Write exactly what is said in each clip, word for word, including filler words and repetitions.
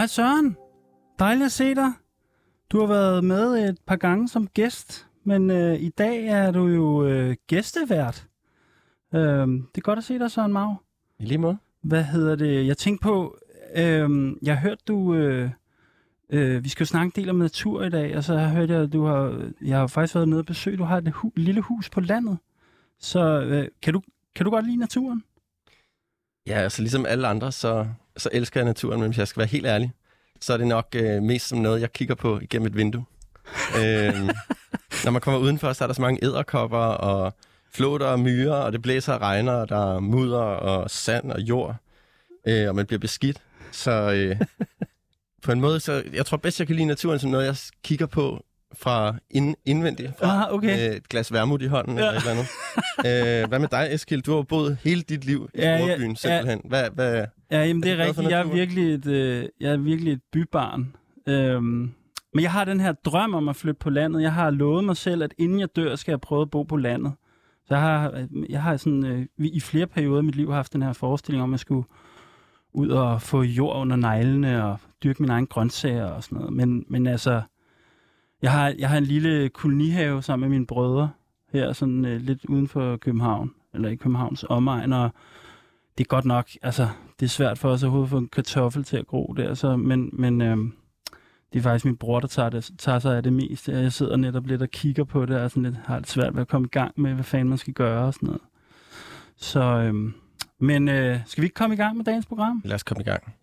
Hej Søren. Dejligt at se dig. Du har været med et par gange som gæst, men øh, i dag er du jo øh, gæstevært. Øh, det er godt at se dig, Søren Mau. I lige måde. Hvad hedder det? Jeg tænkte på, øh, jeg hørte du... Øh, øh, vi skal jo snakke en del om natur i dag, og så har jeg hørt, at du har... Jeg har faktisk været nede og besøge. Du har et hu- lille hus på landet. Så øh, kan, du, kan du godt lide naturen? Ja, altså ligesom alle andre, så, så elsker jeg naturen, men hvis jeg skal være helt ærlig, så er det nok øh, mest som noget, jeg kigger på igennem et vindue. øh, når man kommer udenfor, så er der så mange edderkopper og flåter og myrer, og det blæser og regner, og der er mudder og sand og jord, øh, og man bliver beskidt. Så øh, på en måde, så jeg tror bedst, jeg kan lide naturen som noget, jeg kigger på fra ind, indvendigt, fra ah, okay. med et glas vermut i hånden, ja. Eller et eller andet. øh, hvad med dig, Eskild? Du har boet hele dit liv i ja, storbyen, ja, simpelthen. Hvad, hvad, ja, jamen det er, er rigtigt. Jeg er, virkelig et, øh, jeg er virkelig et bybarn. Øhm, men jeg har den her drøm om at flytte på landet. Jeg har lovet mig selv, at inden jeg dør, skal jeg prøve at bo på landet. Så jeg har, jeg har sådan, øh, i flere perioder i mit liv haft den her forestilling om, at jeg skulle ud og få jord under neglene og dyrke mine egne grøntsager og sådan noget. Men, men altså... Jeg har, jeg har en lille kolonihave sammen med mine brødre her, sådan øh, lidt uden for København, eller i Københavns omegn, og det er godt nok, altså, det er svært for os at overhovedet få en kartoffel til at gro der, så, men, men øh, det er faktisk min bror, der tager, det, tager sig af det meste, og jeg sidder netop lidt og kigger på det, og sådan lidt, har det svært ved at komme i gang med, hvad fanden man skal gøre og sådan noget. Så, øh, men øh, skal vi ikke komme i gang med dagens program? Lad os komme i gang.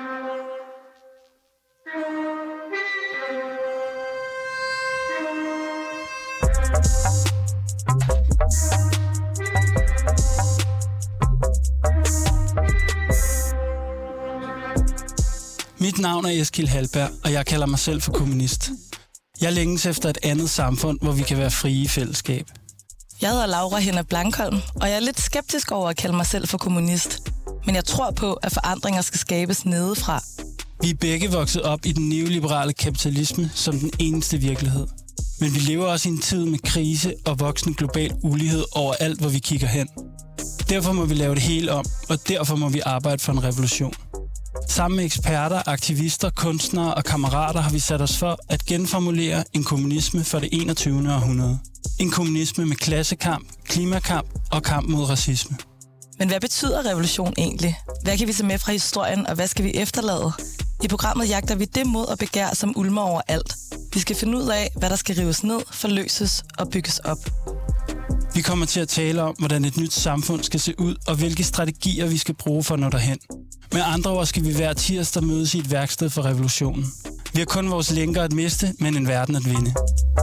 Mit navn er Eskild Halberg, og jeg kalder mig selv for kommunist. Jeg længes efter et andet samfund, hvor vi kan være frie i fællesskab. Jeg hedder Laura Henna Blankholm, og jeg er lidt skeptisk over at kalde mig selv for kommunist. Men jeg tror på, at forandringer skal skabes nedefra. Vi er begge vokset op i den neoliberale kapitalisme som den eneste virkelighed. Men vi lever også i en tid med krise og voksende global ulighed overalt, hvor vi kigger hen. Derfor må vi lave det hele om, og derfor må vi arbejde for en revolution. Sammen med eksperter, aktivister, kunstnere og kammerater har vi sat os for at genformulere en kommunisme for det enogtyvende århundrede. En kommunisme med klassekamp, klimakamp og kamp mod racisme. Men hvad betyder revolution egentlig? Hvad kan vi tage med fra historien, og hvad skal vi efterlade? I programmet jagter vi det mod og begær, som ulmer over alt. Vi skal finde ud af, hvad der skal rives ned, forløses og bygges op. Vi kommer til at tale om, hvordan et nyt samfund skal se ud, og hvilke strategier vi skal bruge for at nå derhen. Med andre ord skal vi hver tirsdag mødes i et værksted for revolutionen. Vi har kun vores lænker at miste, men en verden at vinde.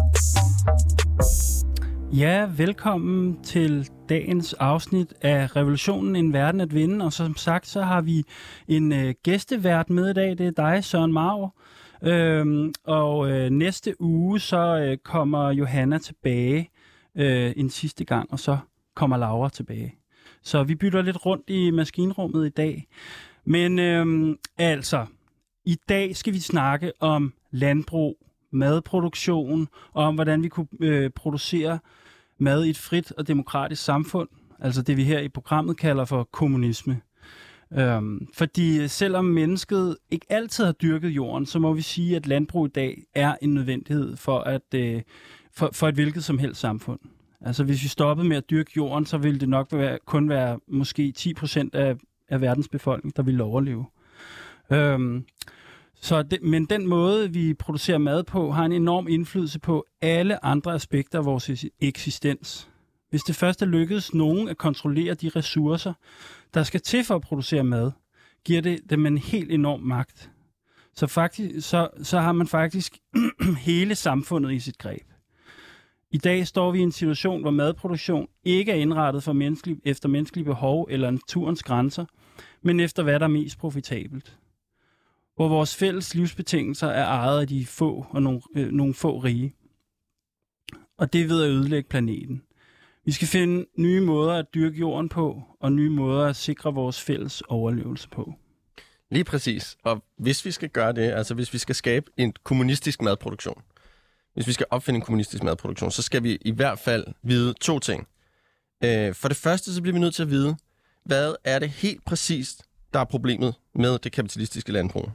Ja, velkommen til dagens afsnit af Revolutionen, en verden at vinde. Og som sagt, så har vi en øh, gæstevært med i dag. Det er dig, Søren Mau. Øhm, og øh, næste uge, så øh, kommer Johanna tilbage øh, en sidste gang, og så kommer Laura tilbage. Så vi bytter lidt rundt i maskinrummet i dag. Men øhm, altså, i dag skal vi snakke om landbrug, madproduktion, og om hvordan vi kunne øh, producere mad i et frit og demokratisk samfund. Altså det, vi her i programmet kalder for kommunisme. Øhm, fordi selvom mennesket ikke altid har dyrket jorden, så må vi sige, at landbrug i dag er en nødvendighed for, at, øh, for, for et hvilket som helst samfund. Altså hvis vi stoppede med at dyrke jorden, så ville det nok være, kun være måske ti procent af, af verdens befolkning, der ville overleve. Øhm, så det, men den måde, vi producerer mad på, har en enorm indflydelse på alle andre aspekter af vores eksistens. Hvis det først er lykkedes nogen at kontrollere de ressourcer, der skal til for at producere mad, giver det dem en helt enorm magt. Så, faktisk, så, så har man faktisk hele samfundet i sit greb. I dag står vi i en situation, hvor madproduktion ikke er indrettet for menneskelig, efter menneskelige behov eller naturens grænser, men efter hvad der er mest profitabelt. Hvor vores fælles livsbetingelser er ejet af de få og nogle, øh, nogle få rige. Og det er ved at ødelægge planeten. Vi skal finde nye måder at dyrke jorden på, og nye måder at sikre vores fælles overlevelse på. Lige præcis. Og hvis vi skal gøre det, altså hvis vi skal skabe en kommunistisk madproduktion, hvis vi skal opfinde en kommunistisk madproduktion, så skal vi i hvert fald vide to ting. For det første, så bliver vi nødt til at vide, hvad er det helt præcist, der er problemet med det kapitalistiske landbrug.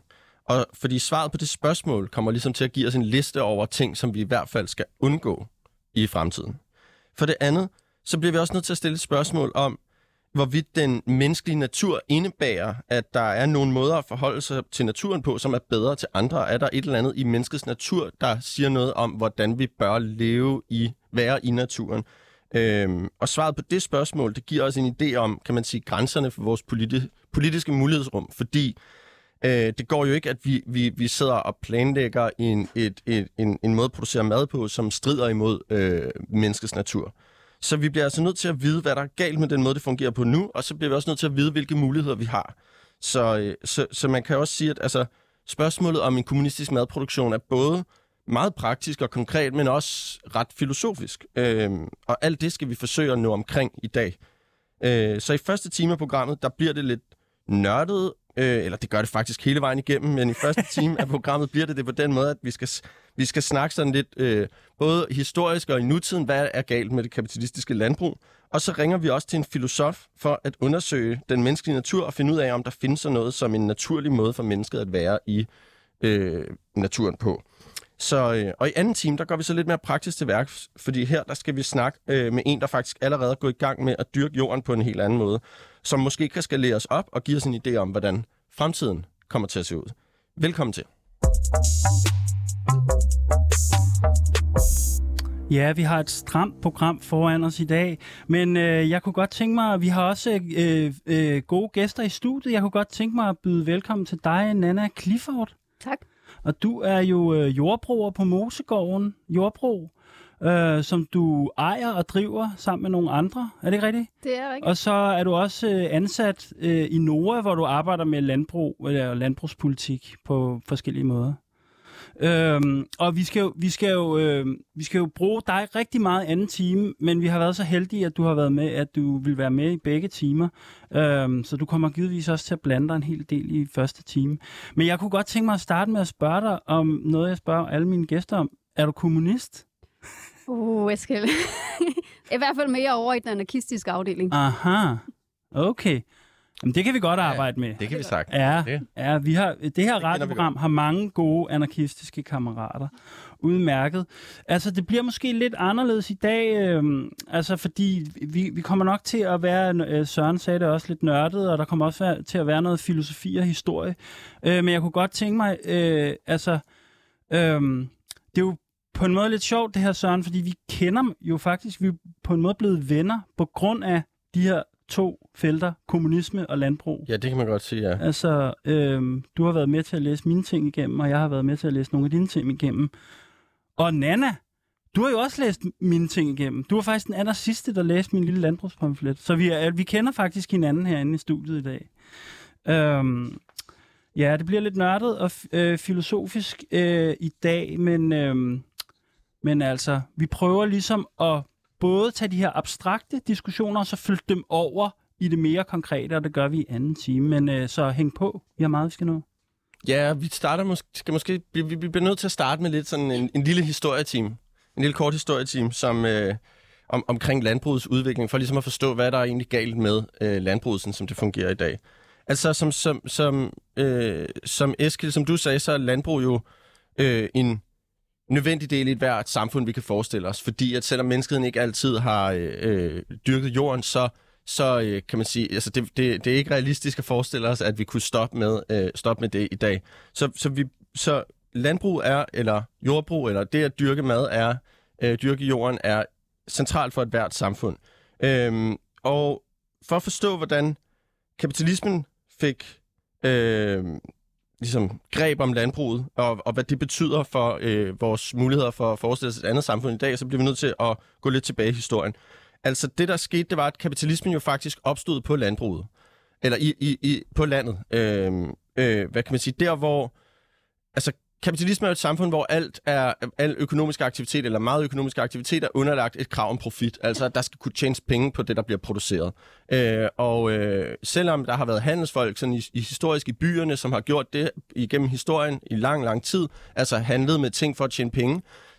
Og fordi svaret på det spørgsmål kommer ligesom til at give os en liste over ting, som vi i hvert fald skal undgå i fremtiden. For det andet, så bliver vi også nødt til at stille et spørgsmål om, hvorvidt den menneskelige natur indebærer, at der er nogle måder at forholde sig til naturen på, som er bedre til andre. Er der et eller andet i menneskets natur, der siger noget om, hvordan vi bør leve i, være i naturen? Øhm, og svaret på det spørgsmål, det giver os en idé om, kan man sige, grænserne for vores politi- politiske mulighedsrum. Fordi øh, det går jo ikke, at vi, vi, vi sidder og planlægger en, et, et, en, en måde at producere mad på, som strider imod øh, menneskets natur. Så vi bliver altså nødt til at vide, hvad der er galt med den måde, det fungerer på nu, og så bliver vi også nødt til at vide, hvilke muligheder vi har. Så, så, så man kan også sige, at altså, spørgsmålet om en kommunistisk madproduktion er både meget praktisk og konkret, men også ret filosofisk. Øhm, og alt det skal vi forsøge at nå omkring i dag. Øh, så i første time af programmet, der bliver det lidt nørdet, øh, eller det gør det faktisk hele vejen igennem, men i første time af programmet bliver det det på den måde, at vi skal, vi skal snakke sådan lidt øh, både historisk og i nutiden, hvad er galt med det kapitalistiske landbrug. Og så ringer vi også til en filosof for at undersøge den menneskelige natur og finde ud af, om der findes sådan noget som en naturlig måde for mennesket at være i øh, naturen på. Så, øh, og i anden time, der går vi så lidt mere praktisk til værk, fordi her der skal vi snakke øh, med en, der faktisk allerede er gået i gang med at dyrke jorden på en helt anden måde, som måske kan skalere os op og give os en idé om, hvordan fremtiden kommer til at se ud. Velkommen til. Ja, vi har et stramt program foran os i dag, men øh, jeg kunne godt tænke mig, vi har også øh, øh, gode gæster i studiet. Jeg kunne godt tænke mig at byde velkommen til dig, Nanna Clifford. Tak. Og du er jo øh, jordbruger på Mosegården Jordbrug, øh, som du ejer og driver sammen med nogle andre. Er det ikke rigtigt? Det er rigtigt. Og så er du også øh, ansat øh, i Nora, hvor du arbejder med landbrug eller landbrugspolitik på forskellige måder. Øhm, og vi skal jo, vi skal jo, øh, vi skal jo bruge dig rigtig meget anden time, men vi har været så heldige, at du har været med, at du vil være med i begge timer. Øhm, så du kommer givetvis også til at blande dig en hel del i første time. Men jeg kunne godt tænke mig at starte med at spørge dig om noget, jeg spørger alle mine gæster om. Er du kommunist? Uh, jeg skal... I hvert fald mere over i den anarkistiske afdeling. Aha, okay. Jamen, det kan vi godt arbejde med. Det kan vi sagt. Ja, det. ja vi har, det her det radioprogram har mange gode anarkistiske kammerater. Udmærket. Altså, det bliver måske lidt anderledes i dag, øh, altså fordi vi, vi kommer nok til at være, øh, Søren sagde det også, lidt nørdet, og der kommer også være, til at være noget filosofi og historie. Øh, men jeg kunne godt tænke mig, øh, altså, øh, det er jo på en måde lidt sjovt det her, Søren, fordi vi kender jo faktisk, vi er på en måde blevet venner på grund af de her to felter, kommunisme og landbrug. Ja, det kan man godt sige, ja. Altså, øhm, du har været med til at læse mine ting igennem, og jeg har været med til at læse nogle af dine ting igennem. Og Nanna, du har jo også læst mine ting igennem. Du var faktisk den aller sidste, der læste min lille landbrugspamflet. Så vi, er, vi kender faktisk hinanden herinde i studiet i dag. Øhm, ja, det bliver lidt nørdet og øh, filosofisk øh, i dag, men, øh, men altså, vi prøver ligesom at både tage de her abstrakte diskussioner, og så flytte dem over i det mere konkrete, og det gør vi i anden time. Men øh, så hæng på, vi har meget, vi skal nå. Ja, vi starter måske, skal måske, vi, vi bliver nødt til at starte med lidt sådan en, en lille historieteam. En lille kort historieteam, som, øh, om, omkring landbrugets udvikling, for ligesom at forstå, hvad der er egentlig galt med øh, landbruget, sådan, som det fungerer i dag. Altså, som, som, som, øh, som Eskild, som du sagde, så er landbrug jo øh, en nødvendig del i et hvert samfund, vi kan forestille os. Fordi at selvom menneskeheden ikke altid har øh, dyrket jorden, så, så øh, kan man sige, altså det, det, det er ikke realistisk at forestille os, at vi kunne stoppe med, øh, stoppe med det i dag. Så, så, vi, så landbrug er, eller jordbrug, eller det at dyrke mad er, øh, dyrke jorden er centralt for et hvert samfund. Øhm, og for at forstå, hvordan kapitalismen fik øh, ligesom greb om landbruget, og, og hvad det betyder for øh, vores muligheder for at forestille os et andet samfund i dag, så bliver vi nødt til at gå lidt tilbage i historien. Altså det, der skete, det var, at kapitalismen jo faktisk opstod på landbruget. Eller i, i, i, på landet. Øh, øh, hvad kan man sige? Der, hvor... Altså, kapitalismen er et samfund, hvor alt er, al økonomisk aktivitet, eller meget økonomisk aktivitet, er underlagt et krav om profit. Altså, at der skal kunne tjenes penge på det, der bliver produceret. Øh, og øh, selvom der har været handelsfolk sådan i, i historisk i byerne, som har gjort det igennem historien i lang, lang tid, altså handlet med ting for at tjene penge,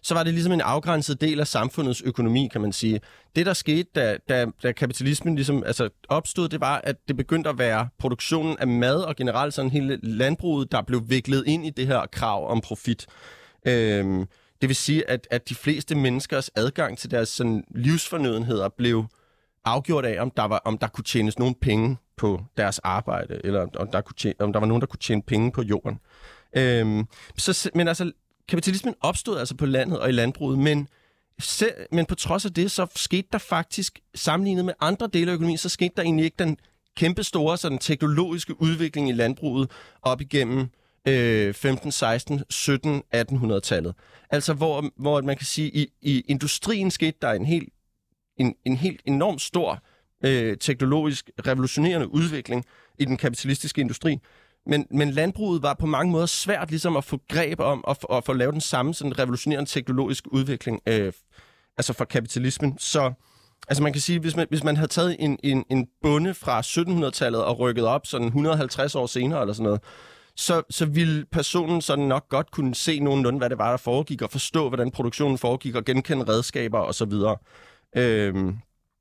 så var det ligesom en afgrænset del af samfundets økonomi, kan man sige. Det, der skete, da, da, da kapitalismen ligesom, altså, opstod, det var, at det begyndte at være produktionen af mad og generelt sådan hele landbruget, der blev viklet ind i det her krav om profit. Øhm, det vil sige, at, at de fleste menneskers adgang til deres sådan, livsfornødenheder blev afgjort af, om der, var, om der kunne tjenes nogen penge på deres arbejde, eller om der, kunne tjene, om der var nogen, der kunne tjene penge på jorden. Øhm, så, men altså, kapitalismen opstod altså på landet og i landbruget, men, selv, men på trods af det, så skete der faktisk, sammenlignet med andre dele af økonomien, så skete der egentlig ikke den kæmpestore sådan, teknologiske udvikling i landbruget op igennem øh, femten, seksten, sytten, attenhundredetallet. Altså, hvor, hvor man kan sige, i, i industrien skete der en helt en, en helt enormt stor øh, teknologisk revolutionerende udvikling i den kapitalistiske industri. Men, men landbruget var på mange måder svært ligesom at få greb om og, og få lavet den samme sådan revolutionerende teknologisk udvikling øh, altså for kapitalismen. Så altså man kan sige, hvis man, hvis man havde taget en, en, en bonde fra syttenhundredetallet og rykket op sådan et hundrede og halvtreds år senere eller sådan noget, så, så ville personen sådan nok godt kunne se nogenlunde, hvad det var, der foregik, og forstå, hvordan produktionen foregik, og genkende redskaber osv. Øhm,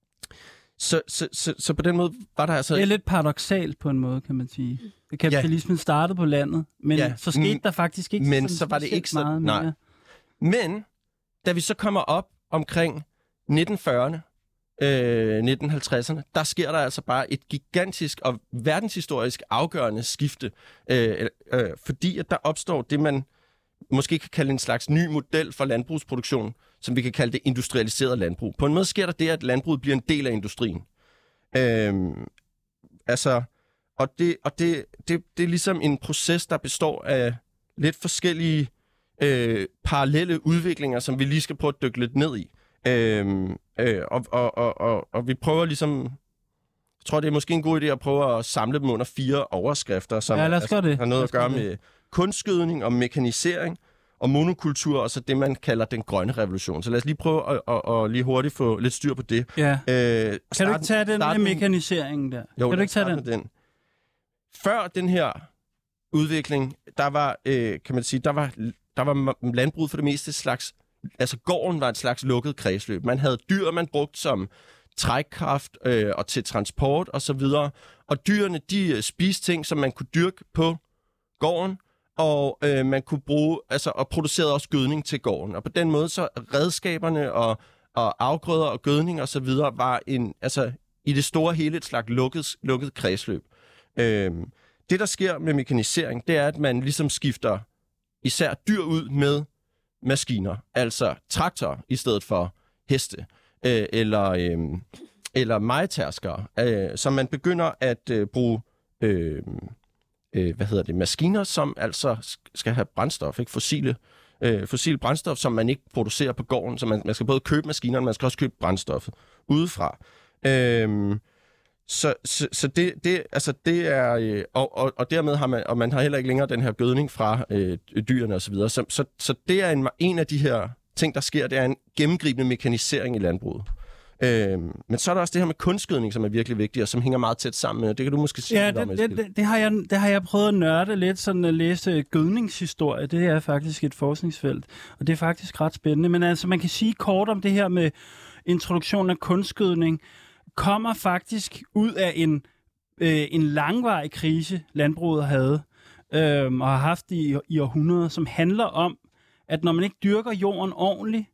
så, så, så, så på den måde var der altså... Det er lidt paradoksalt på en måde, kan man sige. Kapitalismen ja. startede på landet, men ja. så skete der faktisk ikke men så, så var det ikke så, meget nej. mere. Men da vi så kommer op omkring nitten fyrrerne, øh, nitten halvtredserne, der sker der altså bare et gigantisk og verdenshistorisk afgørende skifte, øh, øh, fordi at der opstår det, man måske kan kalde en slags ny model for landbrugsproduktion, som vi kan kalde det industrialiseret landbrug. På en måde sker der det, at landbruget bliver en del af industrien. Øhm, altså, og det, og det, det, det er ligesom en proces, der består af lidt forskellige øh, parallelle udviklinger, som vi lige skal prøve at dykke lidt ned i. Øhm, øh, og, og, og, og, og vi prøver ligesom... Jeg tror, det er måske en god idé at prøve at samle dem under fire overskrifter, som ja, altså, det. har noget at gøre med kunstgødning og mekanisering og monokultur, og så det, man kalder den grønne revolution. Så lad os lige prøve at, at, at lige hurtigt få lidt styr på det. Ja. Øh, kan starten, du ikke tage den med mekaniseringen der? Jo, kan du ikke tage den? den? Før den her udvikling, der var, øh, kan man sige, der var, der var landbruget for det meste slags, altså gården var et slags lukket kredsløb. Man havde dyr, man brugte som trækkraft øh, og til transport og så videre. Og dyrene, de øh, spiste ting, som man kunne dyrke på gården, og øh, man kunne bruge, altså, og producerede også gødning til gården. Og på den måde, så redskaberne og, og afgrøder og gødning og så videre, var en, altså, i det store hele et slags lukket, lukket kredsløb. Øh, det, der sker med mekanisering, det er, at man ligesom skifter især dyr ud med maskiner, altså traktorer i stedet for heste, øh, eller, øh, eller mejetærskere, øh, så man begynder at øh, bruge øh, øh, hvad hedder det, maskiner, som altså skal have brændstof, ikke? Fossile, øh, fossile brændstof, som man ikke producerer på gården, så man, man skal både købe maskinerne, man skal også købe brændstoffet udefra. Øh, Så, så, så det, det, altså det er, øh, og, og, og dermed har man, og man har heller ikke længere den her gødning fra øh, dyrene og så videre. Så, så, så det er en, en af de her ting, der sker, det er en gennemgribende mekanisering i landbruget. Øh, men så er der også det her med kunstgødning, som er virkelig vigtigt, og som hænger meget tæt sammen med. Det kan du måske sige ja, lidt om, det, det, det, det, har jeg, det har jeg prøvet at nørde lidt, sådan at læse gødningshistorie. Det er faktisk et forskningsfelt, og det er faktisk ret spændende. Men altså, man kan sige kort om det her med introduktion af kunstgødning, kommer faktisk ud af en, øh, en langvarig krise, landbruget havde, øh, og har haft i, i århundreder, som handler om, at når man ikke dyrker jorden ordentligt,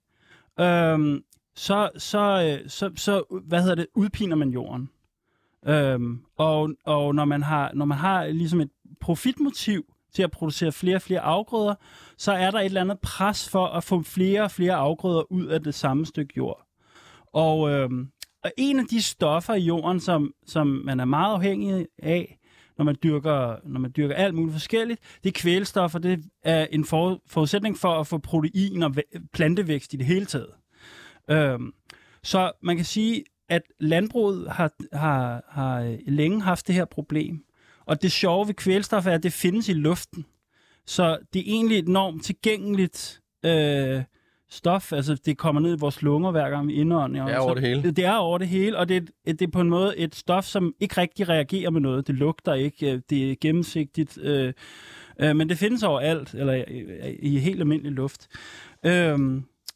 øh, så, så, så, så hvad hedder det, udpiner man jorden. Øh, og og når, man har, når man har ligesom et profitmotiv til at producere flere og flere afgrøder, så er der et eller andet pres for at få flere og flere afgrøder ud af det samme stykke jord. Og... Øh, Og en af de stoffer i jorden, som, som man er meget afhængig af, når man dyrker, når man dyrker alt muligt forskelligt, det er kvælstof, og det er en for, forudsætning for at få protein og plantevækst i det hele taget. Øhm, så man kan sige, at landbruget har, har, har længe haft det her problem. Og det sjove ved kvælstof er, at det findes i luften. Så det er egentlig et enormt tilgængeligt øh, stof, altså det kommer ned i vores lunger hver gang vi indånder. Det er over det hele. Det, det er over det hele, og det er, det er på en måde et stof, som ikke rigtig reagerer med noget. Det lugter ikke, det er gennemsigtigt, øh, øh, men det findes overalt, eller i, i helt almindelig luft. Øh,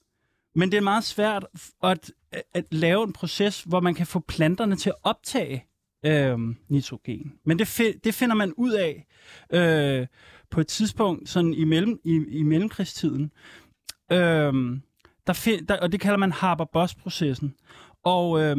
men det er meget svært at, at lave en proces, hvor man kan få planterne til at optage øh, nitrogen. Men det, fi- det finder man ud af øh, på et tidspunkt sådan i, mellem, i, i mellemkrigstiden. Øh, der find, der, og det kalder man Haber-Bosch-processen. Og, øh,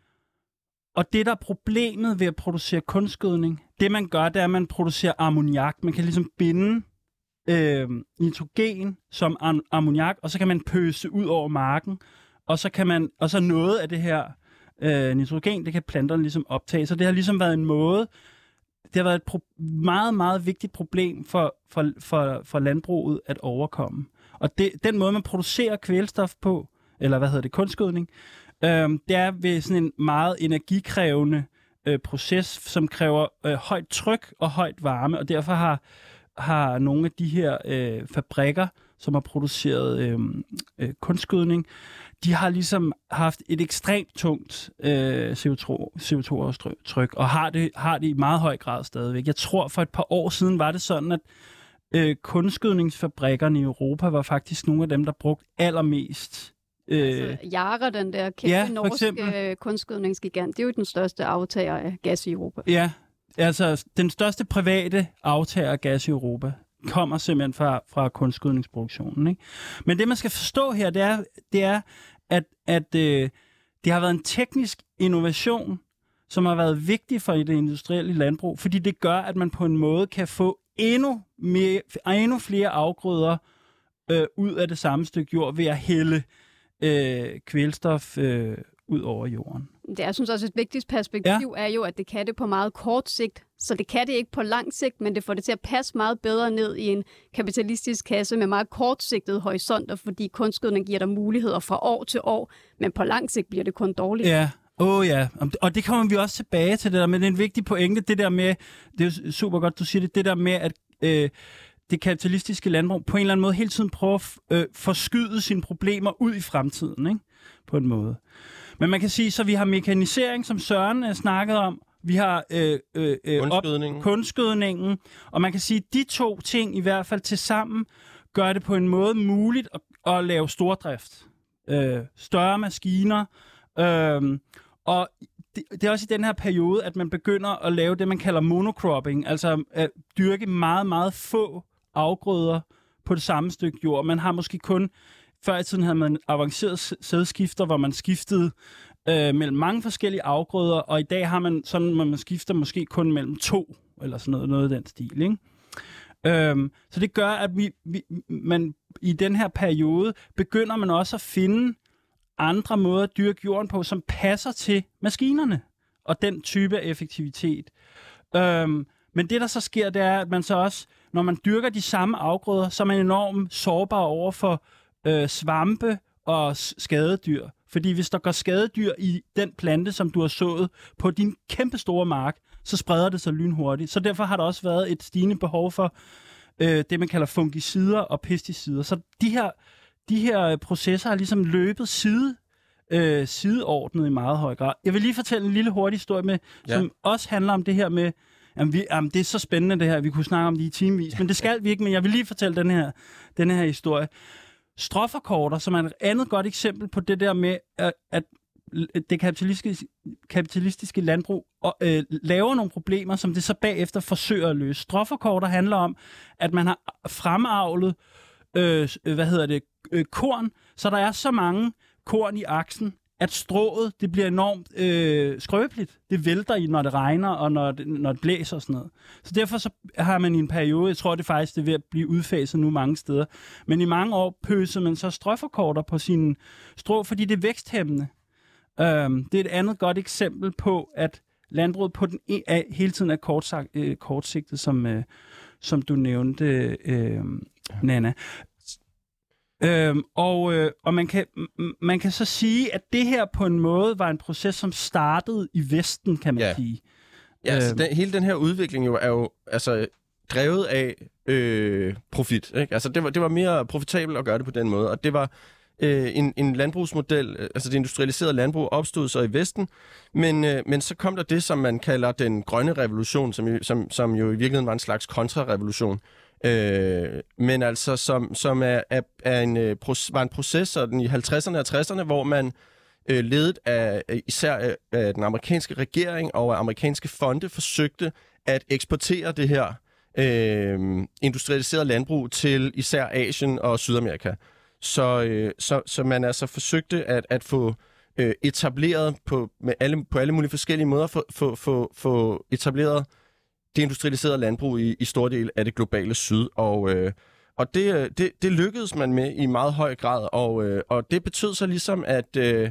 og det, der er problemet ved at producere kunstgødning, det man gør, det er, at man producerer ammoniak. Man kan ligesom binde øh, nitrogen som am- ammoniak, og så kan man pøse ud over marken, og så kan man, og så noget af det her øh, nitrogen, det kan planterne ligesom optage. Så det har ligesom været en måde, det har været et pro- meget, meget vigtigt problem for, for, for, for landbruget at overkomme. Og det, den måde, man producerer kvælstof på, eller hvad hedder det, kunstgødning, øh, det er ved sådan en meget energikrævende øh, proces, som kræver øh, højt tryk og højt varme, og derfor har, har nogle af de her øh, fabrikker, som har produceret øh, øh, kunstgødning, de har ligesom haft et ekstremt tungt øh, C O to-aftryk, og har det, har det i meget høj grad stadigvæk. Jeg tror, for et par år siden var det sådan, at øh, kunstgødningsfabrikkerne i Europa var faktisk nogle af dem, der brugte allermest. Øh, altså, Yara, den der kæmpe ja, norske kunstgødningsgigant, det er jo den største aftager af gas i Europa. Ja, altså den største private aftager af gas i Europa kommer simpelthen fra, fra kunstgødningsproduktionen. Ikke? Men det, man skal forstå her, det er, det er at, at øh, det har været en teknisk innovation, som har været vigtig for det industrielle landbrug, fordi det gør, at man på en måde kan få endnu, mere, endnu flere afgrøder øh, ud af det samme stykke jord ved at hælde øh, kvælstof øh, ud over jorden. Det jeg synes også, et vigtigt perspektiv ja. er jo, at det kan det på meget kort sigt. Så det kan det ikke på lang sigt, men det får det til at passe meget bedre ned i en kapitalistisk kasse med meget kortsigtede horisonter, fordi kunstgødning giver dig muligheder fra år til år, men på lang sigt bliver det kun dårligt. Ja, åh oh, ja. Og det kommer vi også tilbage til det der, men det er en vigtig pointe, det der med, det er jo super godt, du siger det, det der med, at øh, det kapitalistiske landbrug på en eller anden måde hele tiden prøver at øh, forskyde sine problemer ud i fremtiden, ikke? På en måde. Men man kan sige, så vi har mekanisering, som Søren uh, snakkede om. Vi har øh, øh, kunstgødningen. Op, kunstgødningen. Og man kan sige, at de to ting i hvert fald til sammen gør det på en måde muligt at, at lave stordrift. Øh, større maskiner. Øh, og det, det er også i den her periode, at man begynder at lave det, man kalder monocropping. Altså at dyrke meget, meget få afgrøder på det samme stykke jord. Man har måske kun... Før i tiden havde man avanceret sædskifter, hvor man skiftede øh, mellem mange forskellige afgrøder, og i dag har man sådan, at man skifter måske kun mellem to, eller sådan noget, noget af den stil. Ikke? Øhm, så det gør, at vi, vi, man i den her periode begynder man også at finde andre måder at dyrke jorden på, som passer til maskinerne og den type af effektivitet. Øhm, men det, der så sker, det er, at man så også, når man dyrker de samme afgrøder, så er man enormt sårbar over for Øh, svampe og skadedyr. Fordi hvis der går skadedyr i den plante, som du har sået på din kæmpe store mark, så spreder det sig lynhurtigt. Så derfor har der også været et stigende behov for øh, det, man kalder fungicider og pesticider. Så de her, de her processer har ligesom løbet side, øh, sideordnet i meget høj grad. Jeg vil lige fortælle en lille hurtig historie, med, ja. som også handler om det her med, jamen, vi, jamen det er så spændende det her, vi kunne snakke om det i timevis, men det skal vi ikke, men jeg vil lige fortælle den her, den her historie. Stråforkorter, som er et andet godt eksempel på det der med, at, at det kapitalistiske, kapitalistiske landbrug og, øh, laver nogle problemer, som det så bagefter forsøger at løse. Stråforkorter handler om, at man har fremavlet øh, hvad hedder det, øh, korn, så der er så mange korn i aksen, at strået, det bliver enormt øh, skrøbeligt. Det vælter i, når det regner, og når det, når det blæser og sådan noget. Så derfor så har man i en periode, jeg tror det faktisk, det er ved at blive udfaset nu mange steder, men i mange år pøser man så stråforkorter på sine strå, fordi det er væksthæmmende. Øhm, det er et andet godt eksempel på, at landbruget på den e- er, hele tiden er kortsagt, øh, kortsigtet, som, øh, som du nævnte, øh, Nana. Øhm, og øh, og man, kan, man kan så sige, at det her på en måde var en proces, som startede i Vesten, kan man ja. sige. Ja, øhm. så den, hele den her udvikling jo er jo altså, drevet af øh, profit. Ikke? Altså, det var, det var mere profitabelt at gøre det på den måde, og det var øh, en, en landbrugsmodel, altså det industrialiserede landbrug opstod så i Vesten, men, øh, men så kom der det, som man kalder den grønne revolution, som, som, som jo i virkeligheden var en slags kontrarevolution. Øh, men altså, som, som er, er, er en, øh, var en proces sådan i halvtredserne og tresserne, hvor man øh, ledet af især af den amerikanske regering og af amerikanske fonde forsøgte at eksportere det her øh, industrialiserede landbrug til især Asien og Sydamerika. Så, øh, så, så man altså forsøgte at, at få øh, etableret på, med alle, på alle mulige forskellige måder, få, få, få, få etableret det industrialiserede landbrug i, i stor del af det globale syd. Og, øh, og det, det, det lykkedes man med i meget høj grad, og, øh, og det betød så ligesom, at øh,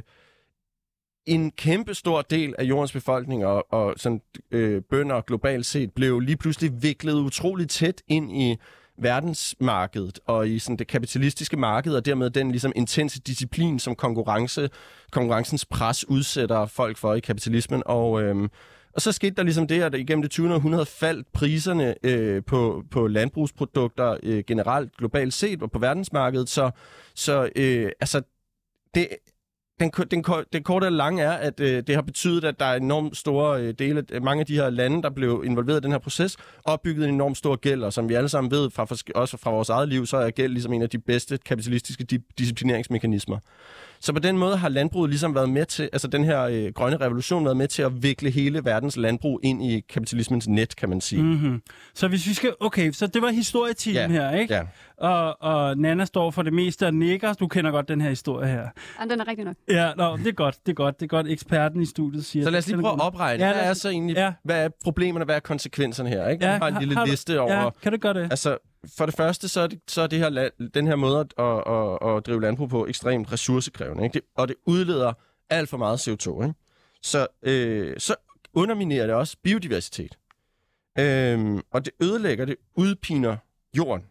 en kæmpe stor del af jordens befolkning og, og sådan, øh, bønder globalt set blev lige pludselig viklet utroligt tæt ind i verdensmarkedet og i sådan det kapitalistiske marked, og dermed den ligesom intense disciplin, som konkurrence, konkurrencens pres udsætter folk for i kapitalismen. Og, øhm, og så skete der ligesom det, at igennem det tyvende århundrede faldt priserne øh, på, på landbrugsprodukter øh, generelt globalt set og på verdensmarkedet. Så, så øh, altså, det... Den, den, den korte og lange er, at øh, det har betydet, at der er enormt store øh, dele af mange af de her lande, der blev involveret i den her proces, opbygget en enormt stor gæld, og som vi alle sammen ved, fra, også fra vores eget liv, så er gæld ligesom en af de bedste kapitalistiske di- disciplineringsmekanismer. Så på den måde har landbruget ligesom været med til, altså den her øh, grønne revolution været med til at vikle hele verdens landbrug ind i kapitalismens net, kan man sige. Mm-hmm. Så hvis vi skal, okay, så det var historietimen ja. her, ikke? Ja. Og, og Nanna står for det meste af nikker. Du kender godt den her historie her. Ja, den er rigtig nok. Ja, nå, det er godt, det er godt, det er godt. Eksperten i studiet siger. Så lad os lige prøve at opregne. Ja, hvad er så egentlig, ja. hvad er problemerne, hvad er konsekvenserne her, ikke? Ja, Vi har en lille har, liste over. Ja, kan du gøre det? Altså, for det første, så er, det, så er det her, den her måde at, at, at, at drive landbrug på ekstremt ressourcekrævende, ikke? Det, og det udleder alt for meget C O to, ikke? Så, øh, så underminerer det også biodiversitet. Øhm, og det ødelægger, det udpiner jorden.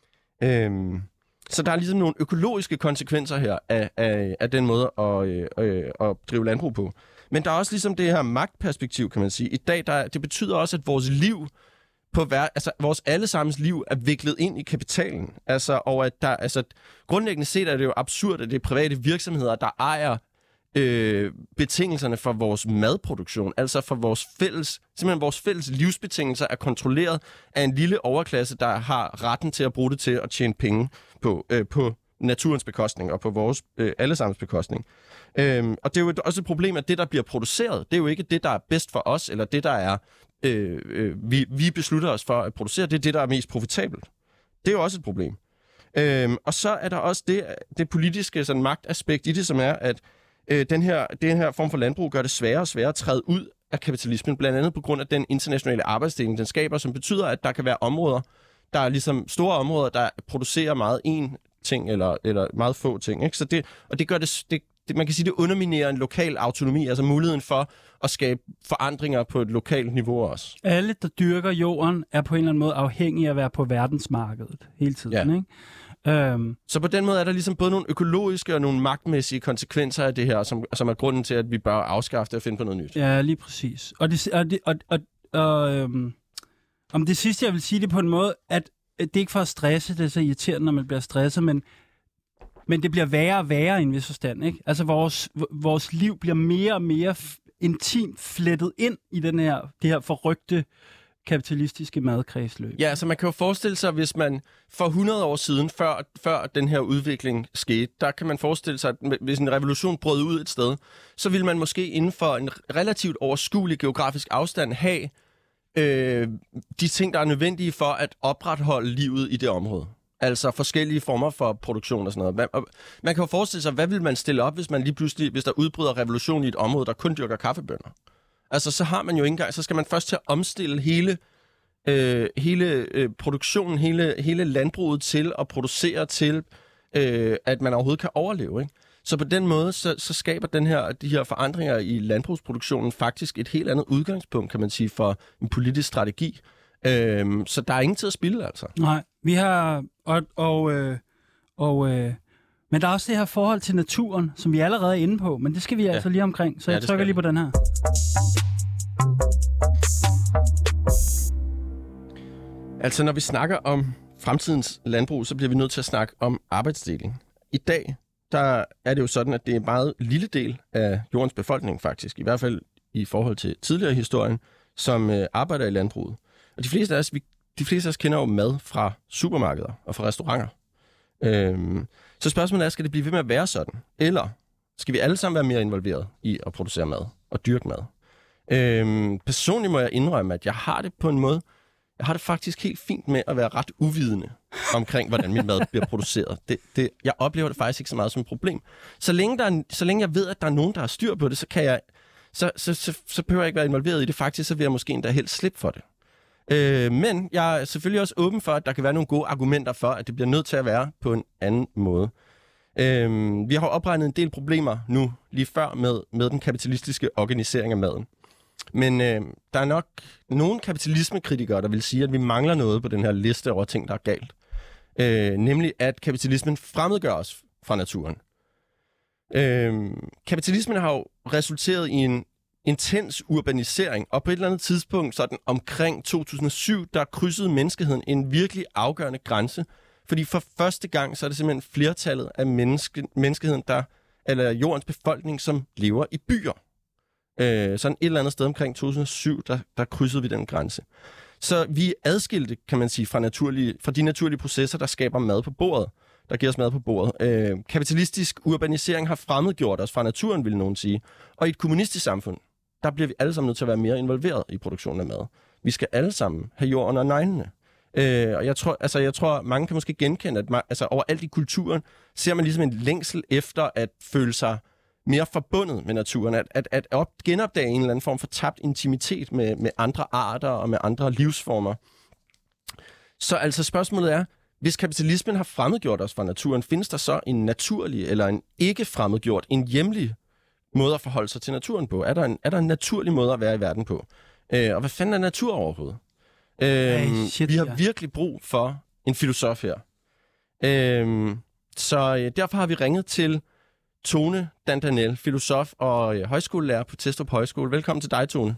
Øhm, så der er ligesom nogle økologiske konsekvenser her af, af, af den måde at, øh, øh, at drive landbrug på. Men der er også ligesom det her magtperspektiv, kan man sige. I dag, der, det betyder også, at vores liv på hver, altså vores allesammens liv er viklet ind i kapitalen. Altså, og at der, altså, grundlæggende set er det jo absurd, at det er private virksomheder, der ejer øh, betingelserne for vores madproduktion. Altså for vores fælles, simpelthen vores fælles livsbetingelser er kontrolleret af en lille overklasse, der har retten til at bruge det til at tjene penge på, øh, på naturens bekostning og på vores øh, allesammens bekostning. Øhm, og det er jo også et problem, at det, der bliver produceret, det er jo ikke det, der er bedst for os, eller det, der er Øh, øh, vi, vi beslutter os for at producere, det er det, der er mest profitabelt. Det er jo også et problem. Øhm, og så er der også det, det politiske sådan, magtaspekt i det, som er, at øh, den, her, den her form for landbrug gør det sværere og sværere at træde ud af kapitalismen, blandt andet på grund af den internationale arbejdsdeling, den skaber, som betyder, at der kan være områder, der er ligesom store områder, der producerer meget én ting, eller, eller meget få ting. Ikke? Så det, og det gør det, det Det, man kan sige, det underminerer en lokal autonomi, altså muligheden for at skabe forandringer på et lokalt niveau også. Alle, der dyrker jorden, er på en eller anden måde afhængige af at være på verdensmarkedet hele tiden. Ja. Ikke? Øhm. Så på den måde er der ligesom både nogle økologiske og nogle magtmæssige konsekvenser af det her, som, som er grunden til, at vi bør afskaffe det og finde på noget nyt. Ja, lige præcis. Og det, og det, og, og, og, øhm, om det sidste, jeg vil sige det på en måde, at det er ikke for at stresse, det er så irriterende, når man bliver stresset, men Men det bliver værre og værre i en vis forstand, ikke? Altså, vores, vores liv bliver mere og mere f- intimt flettet ind i den her, det her forrygte kapitalistiske madkredsløb. Ja, altså man kan jo forestille sig, hvis man for hundrede år siden, før, før den her udvikling skete, der kan man forestille sig, at hvis en revolution brød ud et sted, så ville man måske inden for en relativt overskuelig geografisk afstand have øh, de ting, der er nødvendige for at opretholde livet i det område. Altså forskellige former for produktion og sådan noget. Man kan jo forestille sig, hvad vil man stille op, hvis man lige pludselig, hvis der udbryder revolution i et område, der kun dyrker kaffebønner? Altså, så har man jo ikke engang, så skal man først til at omstille hele, øh, hele øh, produktionen, hele, hele landbruget til at producere til, øh, at man overhovedet kan overleve, ikke? Så på den måde, så, så skaber den her, de her forandringer i landbrugsproduktionen faktisk et helt andet udgangspunkt, kan man sige, for en politisk strategi. Øhm, så der er ingen tid at spilde, altså. Nej, vi har... Og, og, øh, og, øh, men der er også det her forhold til naturen, som vi allerede er inde på, men det skal vi ja. altså lige omkring, så ja, jeg trykker lige på den her. Altså, når vi snakker om fremtidens landbrug, så bliver vi nødt til at snakke om arbejdsdeling. I dag, der er det jo sådan, at det er en meget lille del af jordens befolkning faktisk, i hvert fald i forhold til tidligere i historien, som øh, arbejder i landbruget. Og de fleste af os, vi de fleste af os kender jo mad fra supermarkeder og fra restauranter. Øhm, så spørgsmålet er, skal det blive ved med at være sådan? Eller skal vi alle sammen være mere involveret i at producere mad og dyrke mad? Øhm, personligt må jeg indrømme, at jeg har det på en måde, jeg har det faktisk helt fint med at være ret uvidende omkring, hvordan min mad bliver produceret. Det, det, jeg oplever det faktisk ikke så meget som et problem. Så længe, der er, så længe jeg ved, at der er nogen, der har styr på det, så, kan jeg, så, så, så, så behøver jeg ikke være involveret i det. Faktisk så vil jeg måske endda helt slippe for det. Øh, men jeg er selvfølgelig også åben for, at der kan være nogle gode argumenter for, at det bliver nødt til at være på en anden måde. Øh, vi har opregnet en del problemer nu, lige før, med, med den kapitalistiske organisering af maden. Men øh, der er nok nogle kapitalismekritikere, der vil sige, at vi mangler noget på den her liste over ting, der er galt. Øh, nemlig, at kapitalismen fremmedgør os fra naturen. Øh, kapitalismen har jo resulteret i en intens urbanisering, og på et eller andet tidspunkt, sådan omkring to tusind og syv, der krydsede menneskeheden en virkelig afgørende grænse. Fordi for første gang, så er det simpelthen flertallet af menneske, menneskeheden, der, eller jordens befolkning, som lever i byer. Øh, sådan et eller andet sted omkring to tusind og syv, der, der krydsede vi den grænse. Så vi er adskilte, kan man sige, fra, naturlige, fra de naturlige processer, der skaber mad på bordet, der giver os mad på bordet. Øh, kapitalistisk urbanisering har fremmedgjort os fra naturen, vil nogen sige. Og i et kommunistisk samfund, der bliver vi alle sammen nødt til at være mere involveret i produktionen af mad. Vi skal alle sammen have jord under neglene. Øh, og jeg tror, altså, jeg tror, mange kan måske genkende, at man, altså, overalt i kulturen ser man ligesom en længsel efter at føle sig mere forbundet med naturen, at, at, at op, genopdage en eller anden form for tabt intimitet med, med andre arter og med andre livsformer. Så altså spørgsmålet er, hvis kapitalismen har fremmedgjort os fra naturen, findes der så en naturlig eller en ikke fremmedgjort, en hjemlig måde at forholde sig til naturen på? Er der en, er der en naturlig måde at være i verden på? Øh, og hvad fanden er natur overhovedet? Øh, hey, shit, vi har ja. virkelig brug for en filosof her. Øh, så øh, derfor har vi ringet til Tone Dandanel, filosof og øh, højskolelærer på Testrup Højskole. Velkommen til dig, Tone.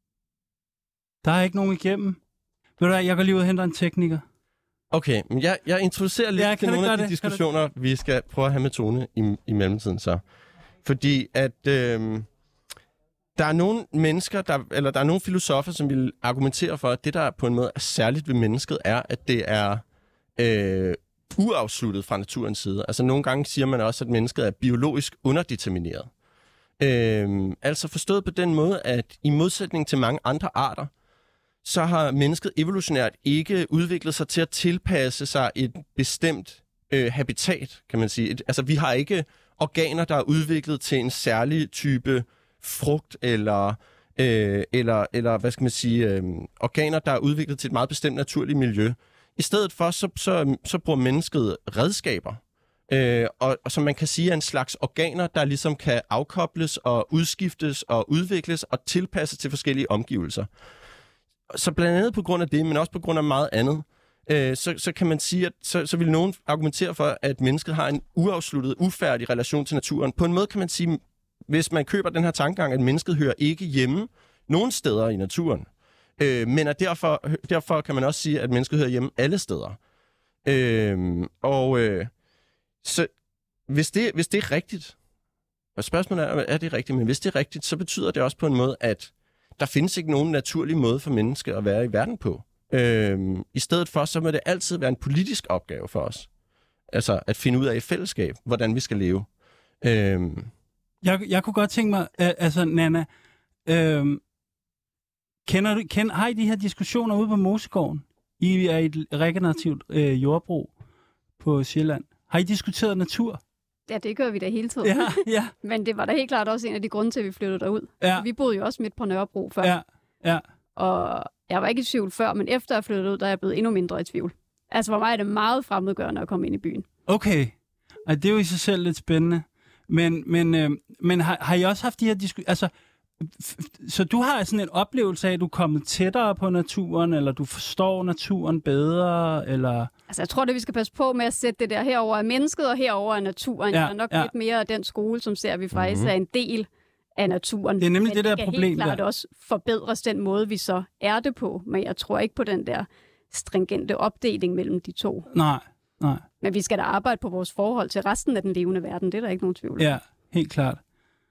Der er ikke nogen igennem. Ved du hvad, jeg går lige ud og henter en tekniker. Okay, men jeg, jeg introducerer lidt ja, til nogle af de det? diskussioner, vi skal prøve at have med Tone i, i mellemtiden så. Fordi at øh, der er nogle mennesker, der, eller der er nogle filosofer, som vil argumentere for, at det, der på en måde er særligt ved mennesket, er, at det er øh, uafsluttet fra naturens side. Altså nogle gange siger man også, at mennesket er biologisk underdetermineret. Øh, altså forstået på den måde, at i modsætning til mange andre arter, så har mennesket evolutionært ikke udviklet sig til at tilpasse sig et bestemt øh, habitat, kan man sige. Et, altså vi har ikke organer, der er udviklet til en særlig type frugt, eller, øh, eller, eller hvad skal man sige, øh, organer, der er udviklet til et meget bestemt naturligt miljø. I stedet for, så, så, så bruger mennesket redskaber, øh, og, og som man kan sige er en slags organer, der ligesom kan afkobles og udskiftes og udvikles og tilpasses til forskellige omgivelser. Så blandt andet på grund af det, men også på grund af meget andet, øh, så, så kan man sige, at så, så vil nogen argumentere for, at mennesket har en uafsluttet, ufærdig relation til naturen. På en måde kan man sige, hvis man køber den her tankegang, at mennesket hører ikke hjemme nogen steder i naturen, øh, men at derfor, derfor kan man også sige, at mennesket hører hjemme alle steder. Øh, og øh, så hvis det, hvis det er rigtigt, og spørgsmålet er, er det rigtigt, men hvis det er rigtigt, så betyder det også på en måde, at der findes ikke nogen naturlig måde for mennesker at være i verden på. Øhm, I stedet for, så må det altid være en politisk opgave for os. Altså at finde ud af i fællesskab, hvordan vi skal leve. Øhm. Jeg, jeg kunne godt tænke mig, øh, altså Nana, øh, kender du, kend, har I de her diskussioner ude på Mosegården? I er et regenerativt øh, jordbrug på Sjælland. Har I diskuteret natur? Ja, det gør vi da hele tiden. Ja, ja. Men det var da helt klart også en af de grunde til, at vi flyttede derud. Ja. Vi boede jo også midt på Nørrebro før. Ja, ja. Og jeg var ikke i tvivl før, men efter jeg flyttede ud, der er jeg blevet endnu mindre i tvivl. Altså for mig er det meget fremmedgørende at komme ind i byen. Okay. Ej, det er jo i sig selv lidt spændende. Men, men, øh, men har, har I også haft de her diskussioner? Altså, så du har sådan en oplevelse af, at du er kommet tættere på naturen, eller du forstår naturen bedre, eller... Altså, jeg tror, at vi skal passe på med at sætte det der herover af mennesket, og herover af naturen. Ja, jeg er nok ja. lidt mere af den skole, som ser, at vi faktisk mm-hmm. er en del af naturen. Det er nemlig men det der det problem. helt klart der. også forbedres den måde, vi så er det på. Men jeg tror ikke på den der stringente opdeling mellem de to. Nej, nej. Men vi skal da arbejde på vores forhold til resten af den levende verden. Det er der ikke nogen tvivl. Ja, helt klart.